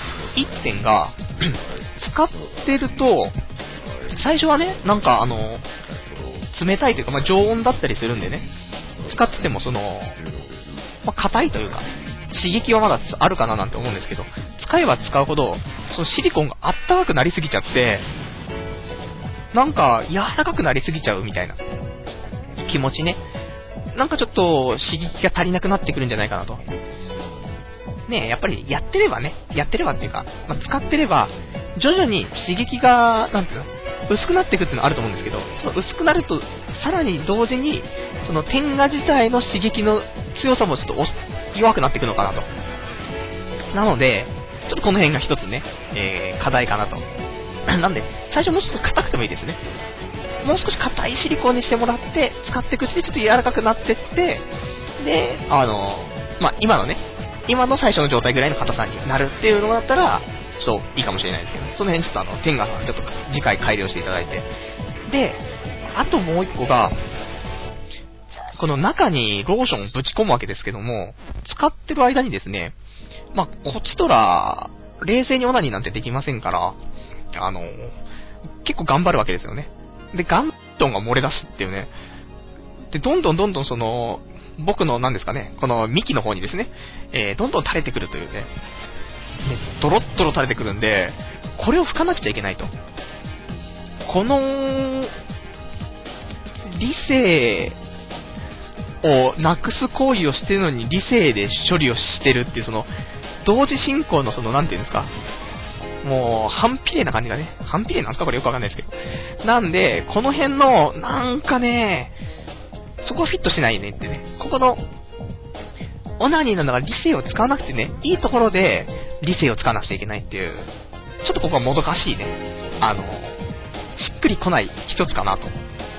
、1点が、使ってると、最初はね、なんか冷たいというか、まあ常温だったりするんでね、使っててもまあ硬いというか、刺激はまだあるかななんて思うんですけど、使えば使うほど、そのシリコンがあったかくなりすぎちゃって、なんか柔らかくなりすぎちゃうみたいな気持ちね。なんかちょっと刺激が足りなくなってくるんじゃないかなと。ねえ、やっぱりやってればっていうか、まあ、使ってれば、徐々に刺激が、なんていうの、薄くなっていくっていうのはあると思うんですけど、その薄くなると、さらに同時に、その点画自体の刺激の強さもちょっと弱くなっていくのかなと。なので、ちょっとこの辺が一つね、課題かなと。なんで、最初もうちょっと硬くてもいいですね。もう少し硬いシリコンにしてもらって、使っていくうちにちょっと柔らかくなってって、で、まあ、今の最初の状態ぐらいの硬さになるっていうのだったら、ちょっといいかもしれないですけど、その辺ちょっと天下さんちょっと次回改良していただいて。で、あともう一個が、この中にローションをぶち込むわけですけども、使ってる間にですね、まあ、こっちとら、冷静にオナニーなんてできませんから、結構頑張るわけですよね。で、ガントンが漏れ出すっていうね。で、どんどん僕の何ですかね、この幹の方にですね、どんどん垂れてくるというね、ドロッドロ垂れてくるんで、これを拭かなくちゃいけないと。この、理性をなくす行為をしてるのに理性で処理をしてるっていう、同時進行のなんていうんですか、もう、反比例な感じがね、反比例なんですかこれよくわかんないですけど。なんで、この辺の、なんかね、そこフィットしないねってね。ここの、オナニーなんだから理性を使わなくてね、いいところで理性を使わなくちゃいけないっていう、ちょっとここはもどかしいね。しっくりこない一つかなと。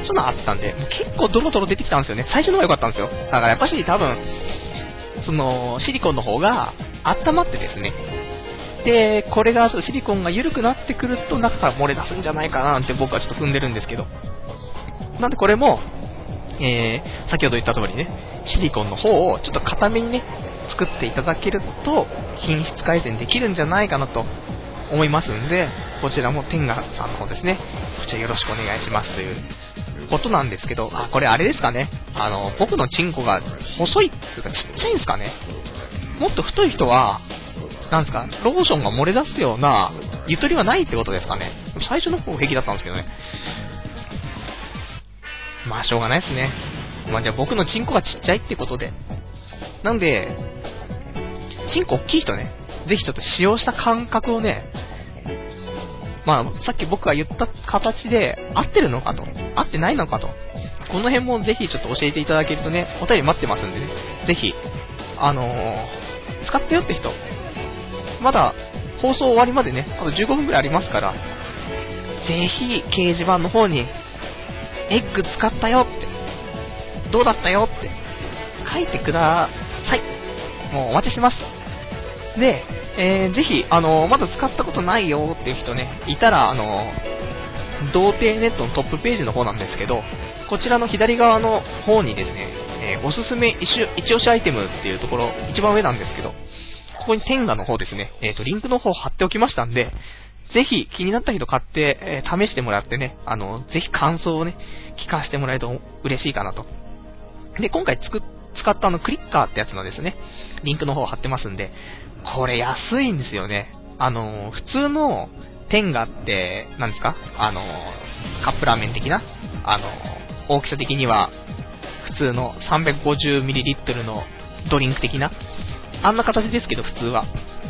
そういうのあったんで、もう結構ドロドロ出てきたんですよね。最初の方が良かったんですよ。だからやっぱし多分、その、シリコンの方が温まってですね、で、これがシリコンが緩くなってくると中から漏れ出すんじゃないかななんて僕はちょっと踏んでるんですけど。なんでこれも、先ほど言った通りね、シリコンの方をちょっと固めにね、作っていただけると品質改善できるんじゃないかなと思いますんで、こちらも天下さんの方ですね、こちらよろしくお願いしますということなんですけど、これあれですかね、僕のチンコが細いっていうかちっちゃいんですかね。もっと太い人はなんですか、ローションが漏れ出すようなゆとりはないってことですかね。最初の方平気だったんですけどね。まあしょうがないですね。まあじゃあ僕のチンコがちっちゃいってことで、なんでチンコ大きい人ね、ぜひちょっと使用した感覚をね、まあさっき僕が言った形で合ってるのかと、合ってないのかと、この辺もぜひちょっと教えていただけるとね、お便り待ってますんでね、ぜひ使ってよって人、まだ放送終わりまでね、あと15分くらいありますから、ぜひ掲示板の方にエッグ使ったよって、どうだったよって書いてください。もうお待ちしてます。で、ぜひまだ使ったことないよっていう人ねいたら、童貞ネットのトップページの方なんですけど、こちらの左側の方にですね、おすすめ一押しアイテムっていうところ一番上なんですけど、ここに天下の方ですね、リンクの方貼っておきましたんで、ぜひ気になった人買って、試してもらってね、ぜひ感想をね聞かせてもらえると嬉しいかなと。で、今回使ったクリッカーってやつのですね、リンクの方貼ってますんで、これ安いんですよね。普通の天下って、なんですか、カップラーメン的な、大きさ的には、普通の 350ml のドリンク的な、あんな形ですけど、普通は。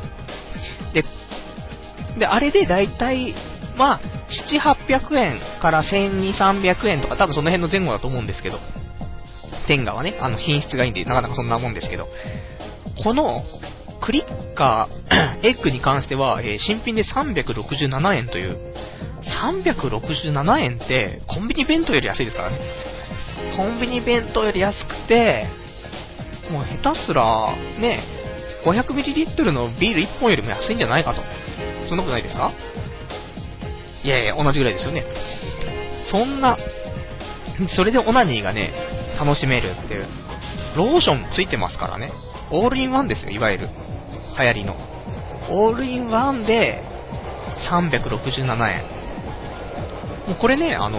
で、あれでだいたい、まあ、7、800円から1200、300円とか、多分その辺の前後だと思うんですけど、天下はね、品質がいいんで、なかなかそんなもんですけど、この、クリッカー、エッグに関しては、新品で367円という、367円って、コンビニ弁当より安いですからね。コンビニ弁当より安くて、もう下手すら、ね、500ml のビール1本よりも安いんじゃないかと。そんなことないですか？いやいや、同じぐらいですよね。それでオナニーがね、楽しめるっていう。ローションついてますからね。オールインワンですよ、いわゆる。流行りの。オールインワンで、367円。もうこれね、パ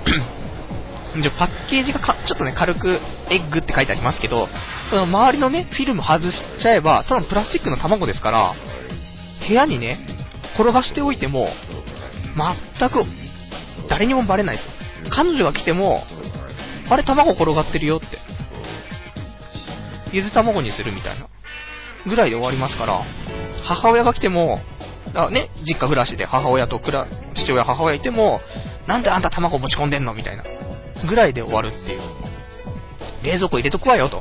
ッケージがちょっとね、軽くエッグって書いてありますけど、その周りのね、フィルム外しちゃえば、ただのプラスチックの卵ですから、部屋にね、転がしておいても、全く、誰にもバレないですよ。彼女が来ても、あれ卵転がってるよって。ゆず卵にするみたいな。ぐらいで終わりますから、母親が来ても、ね、実家暮らしで母親と父親母親いても、なんであんた卵持ち込んでんのみたいな。ぐらいで終わるっていう。冷蔵庫入れとくわよと。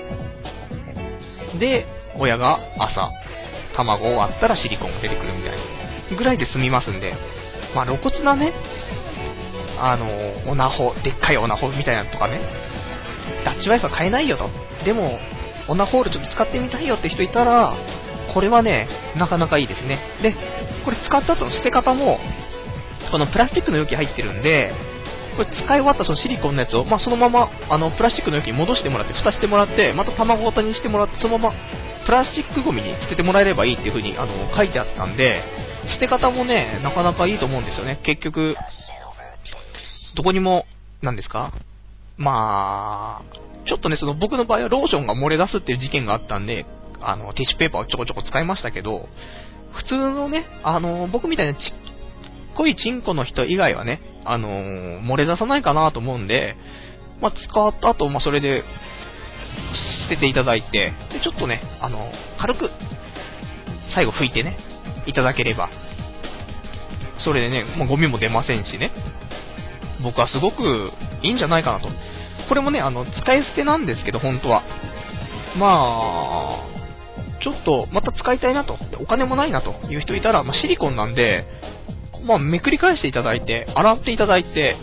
で、親が朝、卵を割ったらシリコンが出てくるみたいな。ぐらいで済みますんで、まあ露骨なね、オナホ、でっかいオナホみたいなのとかね、ダッチワイフは買えないよと。でも、オナホールちょっと使ってみたいよって人いたら、これはね、なかなかいいですね。で、これ使った後の捨て方も、このプラスチックの容器入ってるんで、これ使い終わったそのシリコンのやつを、まあ、そのままプラスチックの容器に戻してもらって、蓋してもらって、また卵型にしてもらって、そのままプラスチックゴミに捨ててもらえればいいっていう風に書いてあったんで、捨て方もね、なかなかいいと思うんですよね。結局、どこにも、なんですか、まあ、ちょっとね、その僕の場合はローションが漏れ出すっていう事件があったんで、ティッシュペーパーをちょこちょこ使いましたけど、普通のね、僕みたいなちっこいチンコの人以外はね、漏れ出さないかなと思うんで、まあ、使った後、まあ、それで、捨てていただいて、で、ちょっとね、軽く、最後拭いてね、いただければ、それでね、まあ、ゴミも出ませんしね、僕はすごくいいんじゃないかなと。これもね、使い捨てなんですけど、本当は。まあ、ちょっと、また使いたいなと。お金もないなという人いたら、まあ、シリコンなんで、まあ、めくり返していただいて、洗っていただいて、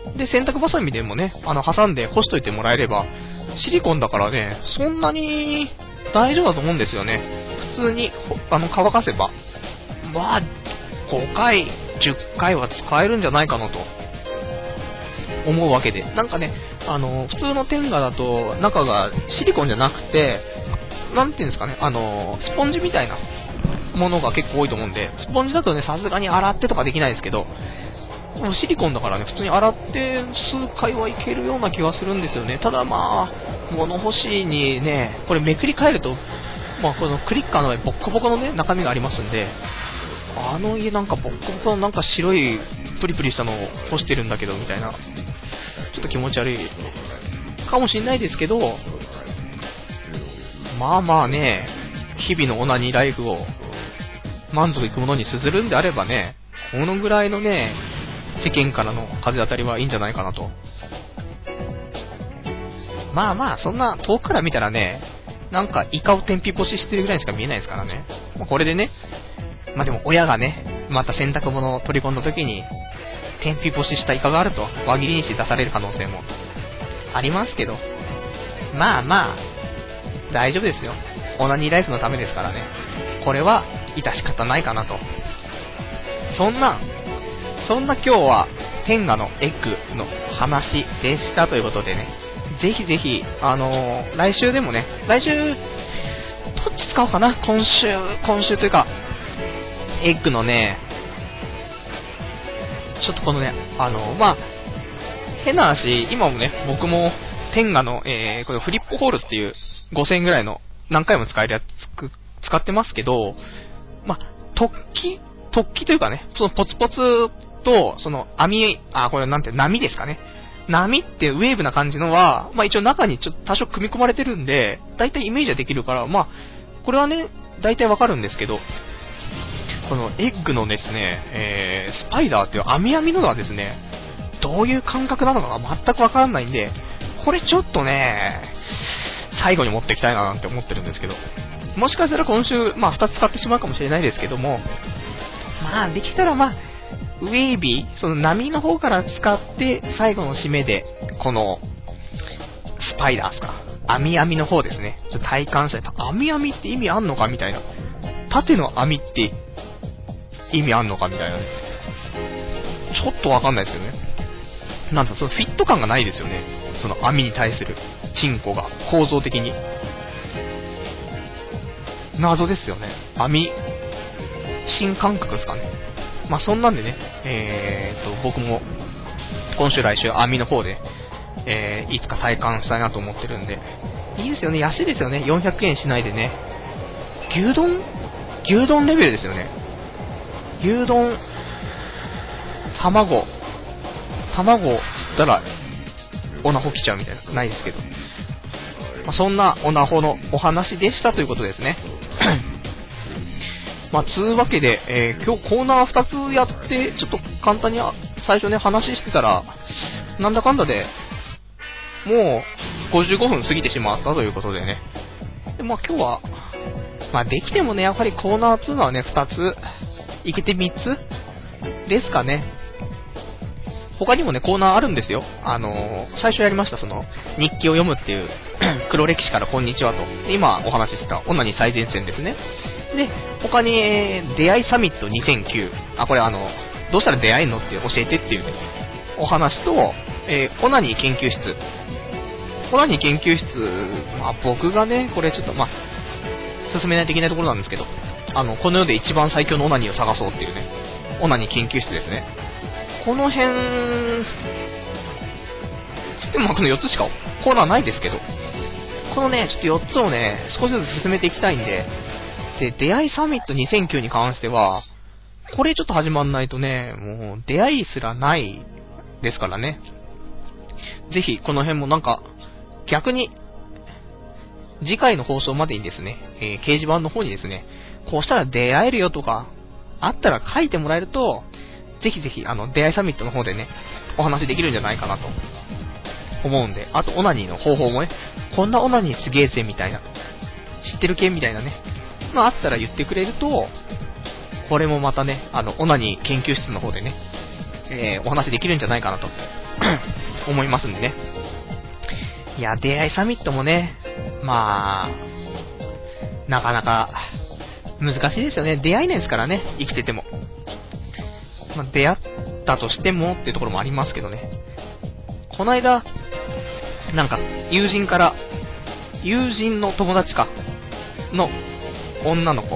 で、洗濯バサミでもね、挟んで干しといてもらえれば、シリコンだからね、そんなに大丈夫だと思うんですよね。普通に、乾かせば。まあ、5回、10回は使えるんじゃないかなと、思うわけで。なんかね、普通のテンガだと、中がシリコンじゃなくて、なんていうんですかね、スポンジみたいなものが結構多いと思うんで、スポンジだとね、さすがに洗ってとかできないですけど、シリコンだからね、普通に洗って数回はいけるような気はするんですよね。ただまあ、物干しにね、これめくり返ると、まあこのクリッカーの上ボッコボコのね、中身がありますんで、家なんかボッコボコのなんか白いプリプリしたのを干してるんだけど、みたいな。ちょっと気持ち悪いかもしんないですけど、まあまあね、日々のオナニーライフを満足いくものにするんであればね、このぐらいのね、世間からの風当たりはいいんじゃないかなと。まあまあ、そんな遠くから見たらね、なんかイカを天日干ししてるぐらいしか見えないですからね。これでね、まあでも親がね、また洗濯物を取り込んだ時に、天日干ししたイカがあると輪切りにして出される可能性もありますけど、まあまあ大丈夫ですよ。オナニーライフのためですからね。これは致し方ないかなと。そんな今日は天下のエッグの話でしたということでね、ぜひぜひ来週でもね、来週どっち使おうかな。今週というかエッグのね、ちょっとこのね、まあ、変な話、今もね、僕も天下の、これフリップホールっていう5000円ぐらいの何回も使えるやつ使ってますけど、まあ、突起というかね、そのポツポツと、そのこれなんて波ですかね。波ってウェーブな感じのは、まあ一応中にちょっと多少組み込まれてるんで、だいたいイメージはできるから、まあ、これはね、だいたいわかるんですけど、このエッグのですね、スパイダーっていう網のはですね、どういう感覚なのかが全くわからないんで、これちょっとね、最後に持っていきたいななんて思ってるんですけど、もしかしたら今週、まあ2つ使ってしまうかもしれないですけども、まあできたらまあ、ウェービー、その波の方から使って、最後の締めで、この、スパイダーですか。網の方ですね。ちょっと体感したい。網って意味あんのかみたいな。縦の網って意味あんのかみたいなね。ちょっとわかんないですよね。なんかそのフィット感がないですよね。その網に対するチンコが構造的に。謎ですよね。網、新感覚ですかね。まあそんなんでね、僕も今週来週網の方で、いつか体感したいなと思ってるんで、いいですよね。安いですよね。400円しないでね。牛丼レベルですよね。牛丼、卵つったらオナホ来ちゃうみたいな、ないですけど、まあ、そんなオナホのお話でしたということですね。まあつうわけで、今日コーナー2つやって、ちょっと簡単に最初ね話してたら、なんだかんだでもう55分過ぎてしまったということでね。で、まあ今日はまあできてもね、やはりコーナー2はね2ついけて3つですかね。他にもねコーナーあるんですよ。最初やりましたその日記を読むっていう黒歴史からこんにちはと、今お話ししたオナニー最前線ですね。で、他に、出会いサミット2009、これどうしたら出会えんのって教えてっていう、ね、お話と、オナニー研究室。オナニー研究室、まあ僕がね、これちょっとまあ進めないといけないところなんですけど、この世で一番最強のオナニーを探そうっていうね、オナニー研究室ですね。この辺、つってもこの4つしかコーナーないですけど、このね、ちょっと4つをね、少しずつ進めていきたいんで、出会いサミット2009に関しては、これちょっと始まんないとね、もう出会いすらないですからね。ぜひこの辺もなんか逆に次回の放送までにですね、掲示板の方にですね、こうしたら出会えるよとかあったら書いてもらえると、ぜひぜひ出会いサミットの方でね、お話できるんじゃないかなと思うんで、あとオナニーの方法もね、こんなオナニーすげえぜみたいな、知ってる系みたいなね、あったら言ってくれると、これもまたね、オナニー研究室の方でね、お話できるんじゃないかなと思いますんでね。いや、出会いサミットもね、まあ、なかなか難しいですよね。出会えないですからね、生きてても。まあ、出会ったとしてもっていうところもありますけどね。この間、なんか、友人の友達の女の子、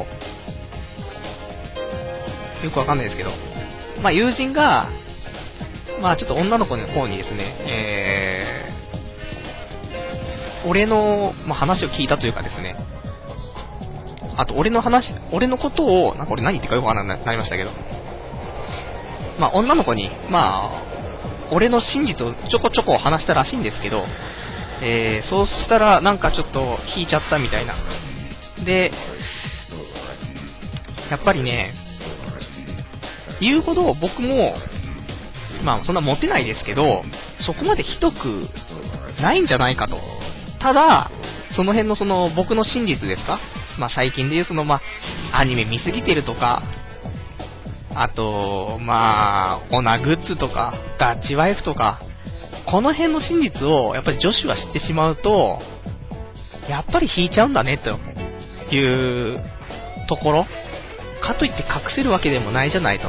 よくわかんないですけど、まあ、友人が、まあ、ちょっと女の子の方にですね、俺の、まあ、話を聞いたというかですね、あと俺のことを、なんか俺何言ってるかよくわからなくなりましたけど、まあ、女の子に、まあ、俺の真実をちょこちょこ話したらしいんですけど、そうしたらなんかちょっと引いちゃったみたいな。で、やっぱりね、言うほど僕も、まあそんなモテないですけど、そこまでひどくないんじゃないかと。ただ、その辺のその僕の真実ですか、まあ最近でいうそのまあアニメ見すぎてるとか、あと、まあオナグッズとかダッチワイフとか、この辺の真実をやっぱり女子は知ってしまうと、やっぱり引いちゃうんだねというところかといって隠せるわけでもないじゃないと。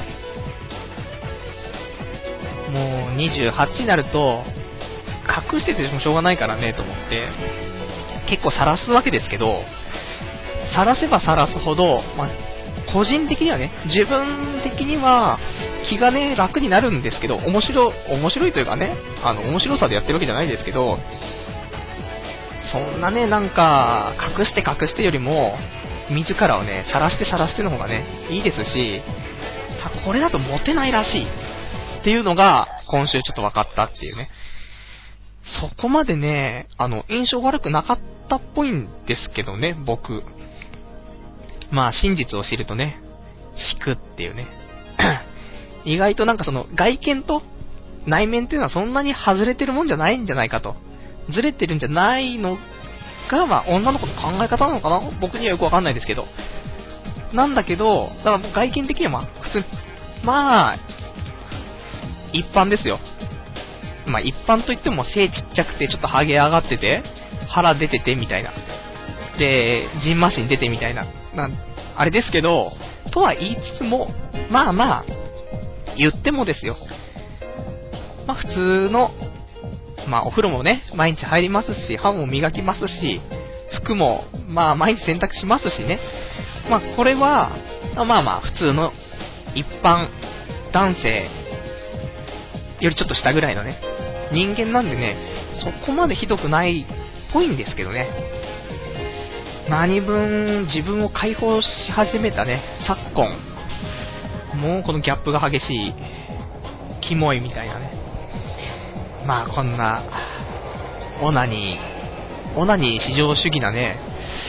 もう28になると隠しててもしょうがないからねと思って結構晒すわけですけど、晒せば晒すほど、まあ、個人的にはね、自分的には気がね楽になるんですけど、面白いというかね、面白さでやってるわけじゃないですけど、そんなね、なんか隠してよりも自らをね晒しての方がねいいですし、これだとモテないらしいっていうのが今週ちょっと分かったっていうね。そこまでね、印象悪くなかったっぽいんですけどね、僕。まあ真実を知るとね、引くっていうね。意外となんかその外見と内面っていうのはそんなに外れてるもんじゃないんじゃないかと。ずれてるんじゃないのが、まあ女の子の考え方なのかな、僕にはよくわかんないですけど。なんだけど、だから外見的にはまあ普通、まあ、一般ですよ。まあ一般といっても背ちっちゃくてちょっとハゲ上がってて腹出ててみたいな、でジンマシン出てみたいな、あれですけど、とは言いつつも、まあまあ言ってもですよ、まあ普通の、まあお風呂もね毎日入りますし、歯も磨きますし、服もまあ毎日洗濯しますしね、まあこれはまあまあ普通の一般男性よりちょっと下ぐらいのね人間なんでね、そこまでひどくないっぽいんですけどね。何分自分を解放し始めたね昨今、もうこのギャップが激しいキモいみたいなね。まあこんなオナニー至上主義なね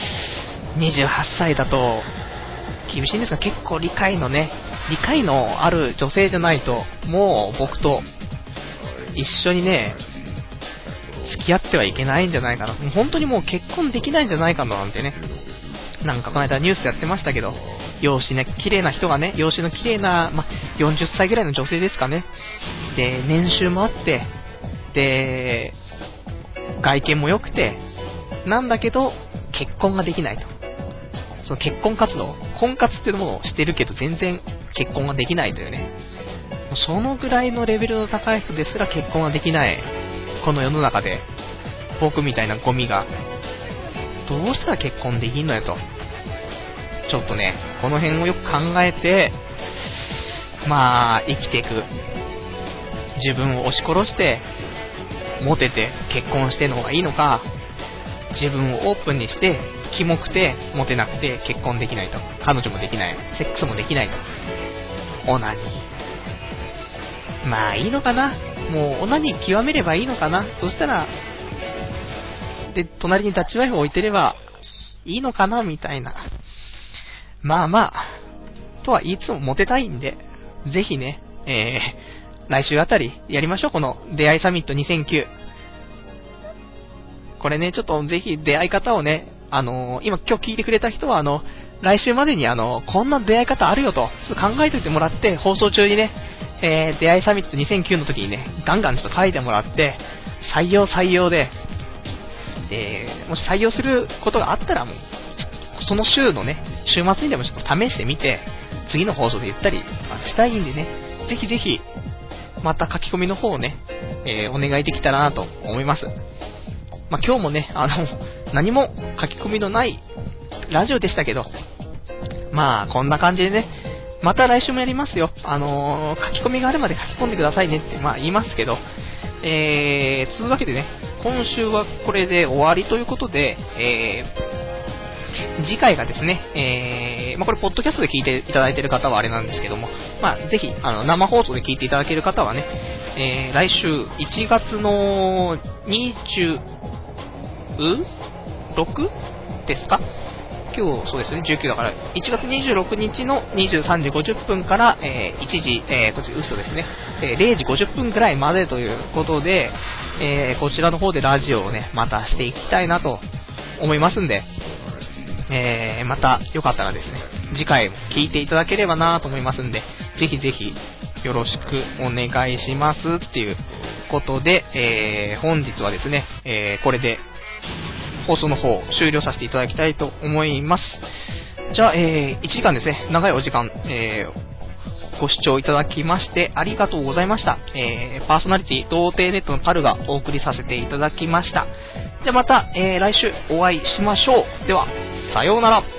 28歳だと厳しいんですが、結構理解のある女性じゃないともう僕と一緒にね付き合ってはいけないんじゃないかな、もう本当にもう結婚できないんじゃないかななんてね。なんかこの間ニュースでやってましたけど、容姿ね綺麗な人がね、容姿の綺麗な、ま、40歳ぐらいの女性ですかね、で年収もあって、で外見も良くてなんだけど結婚ができないと。その結婚活動、婚活っていうものをしてるけど全然結婚ができないというね、そのぐらいのレベルの高い人ですら結婚ができないこの世の中で、僕みたいなゴミがどうしたら結婚できんのよと、ちょっとねこの辺をよく考えて、まあ生きていく、自分を押し殺してモテて結婚しての方がいいのか、自分をオープンにしてキモくてモテなくて結婚できないと、彼女もできない、セックスもできないと、オナニー、まあいいのかな、もうオナニー極めればいいのかな。そしたらで隣にダッチワイフを置いてればいいのかなみたいな。まあまあとは言いつつもモテたいんで、ぜひね、来週あたりやりましょう、この出会いサミット2009。これねちょっとぜひ出会い方をね、今日聞いてくれた人は来週までにこんな出会い方あるよと考えておいてもらって、放送中にね、 出会いサミット2009の時にね、ガンガンちょっと書いてもらって、採用で、もし採用することがあったらもう、その週のね、週末にでもちょっと試してみて、次の放送で言ったりしたいんでね、ぜひぜひ、また書き込みの方をね、お願いできたらなと思います。まあ、今日もね、何も書き込みのないラジオでしたけど、まあ、こんな感じでね、また来週もやりますよ。書き込みがあるまで書き込んでくださいねって、まあ言いますけど、そういうわけでね、今週はこれで終わりということで、次回がですね、まあこれポッドキャストで聞いていただいている方はあれなんですけども、まあぜひ生放送で聞いていただける方はね、来週1月の26ですか？今日そうですね、19だから1月26日の23時50分から、1時、こっち嘘ですね、0時50分くらいまでということで、こちらの方でラジオをねまたしていきたいなと思いますんで、またよかったらですね、次回も聞いていただければなと思いますんで、ぜひぜひよろしくお願いしますっていうことで、本日はですね、これで放送の方終了させていただきたいと思います。じゃあ、1時間ですね、長いお時間、ご視聴いただきましてありがとうございました。パーソナリティ童貞ネットのパルがお送りさせていただきました。じゃあまた、来週お会いしましょう。ではさようなら。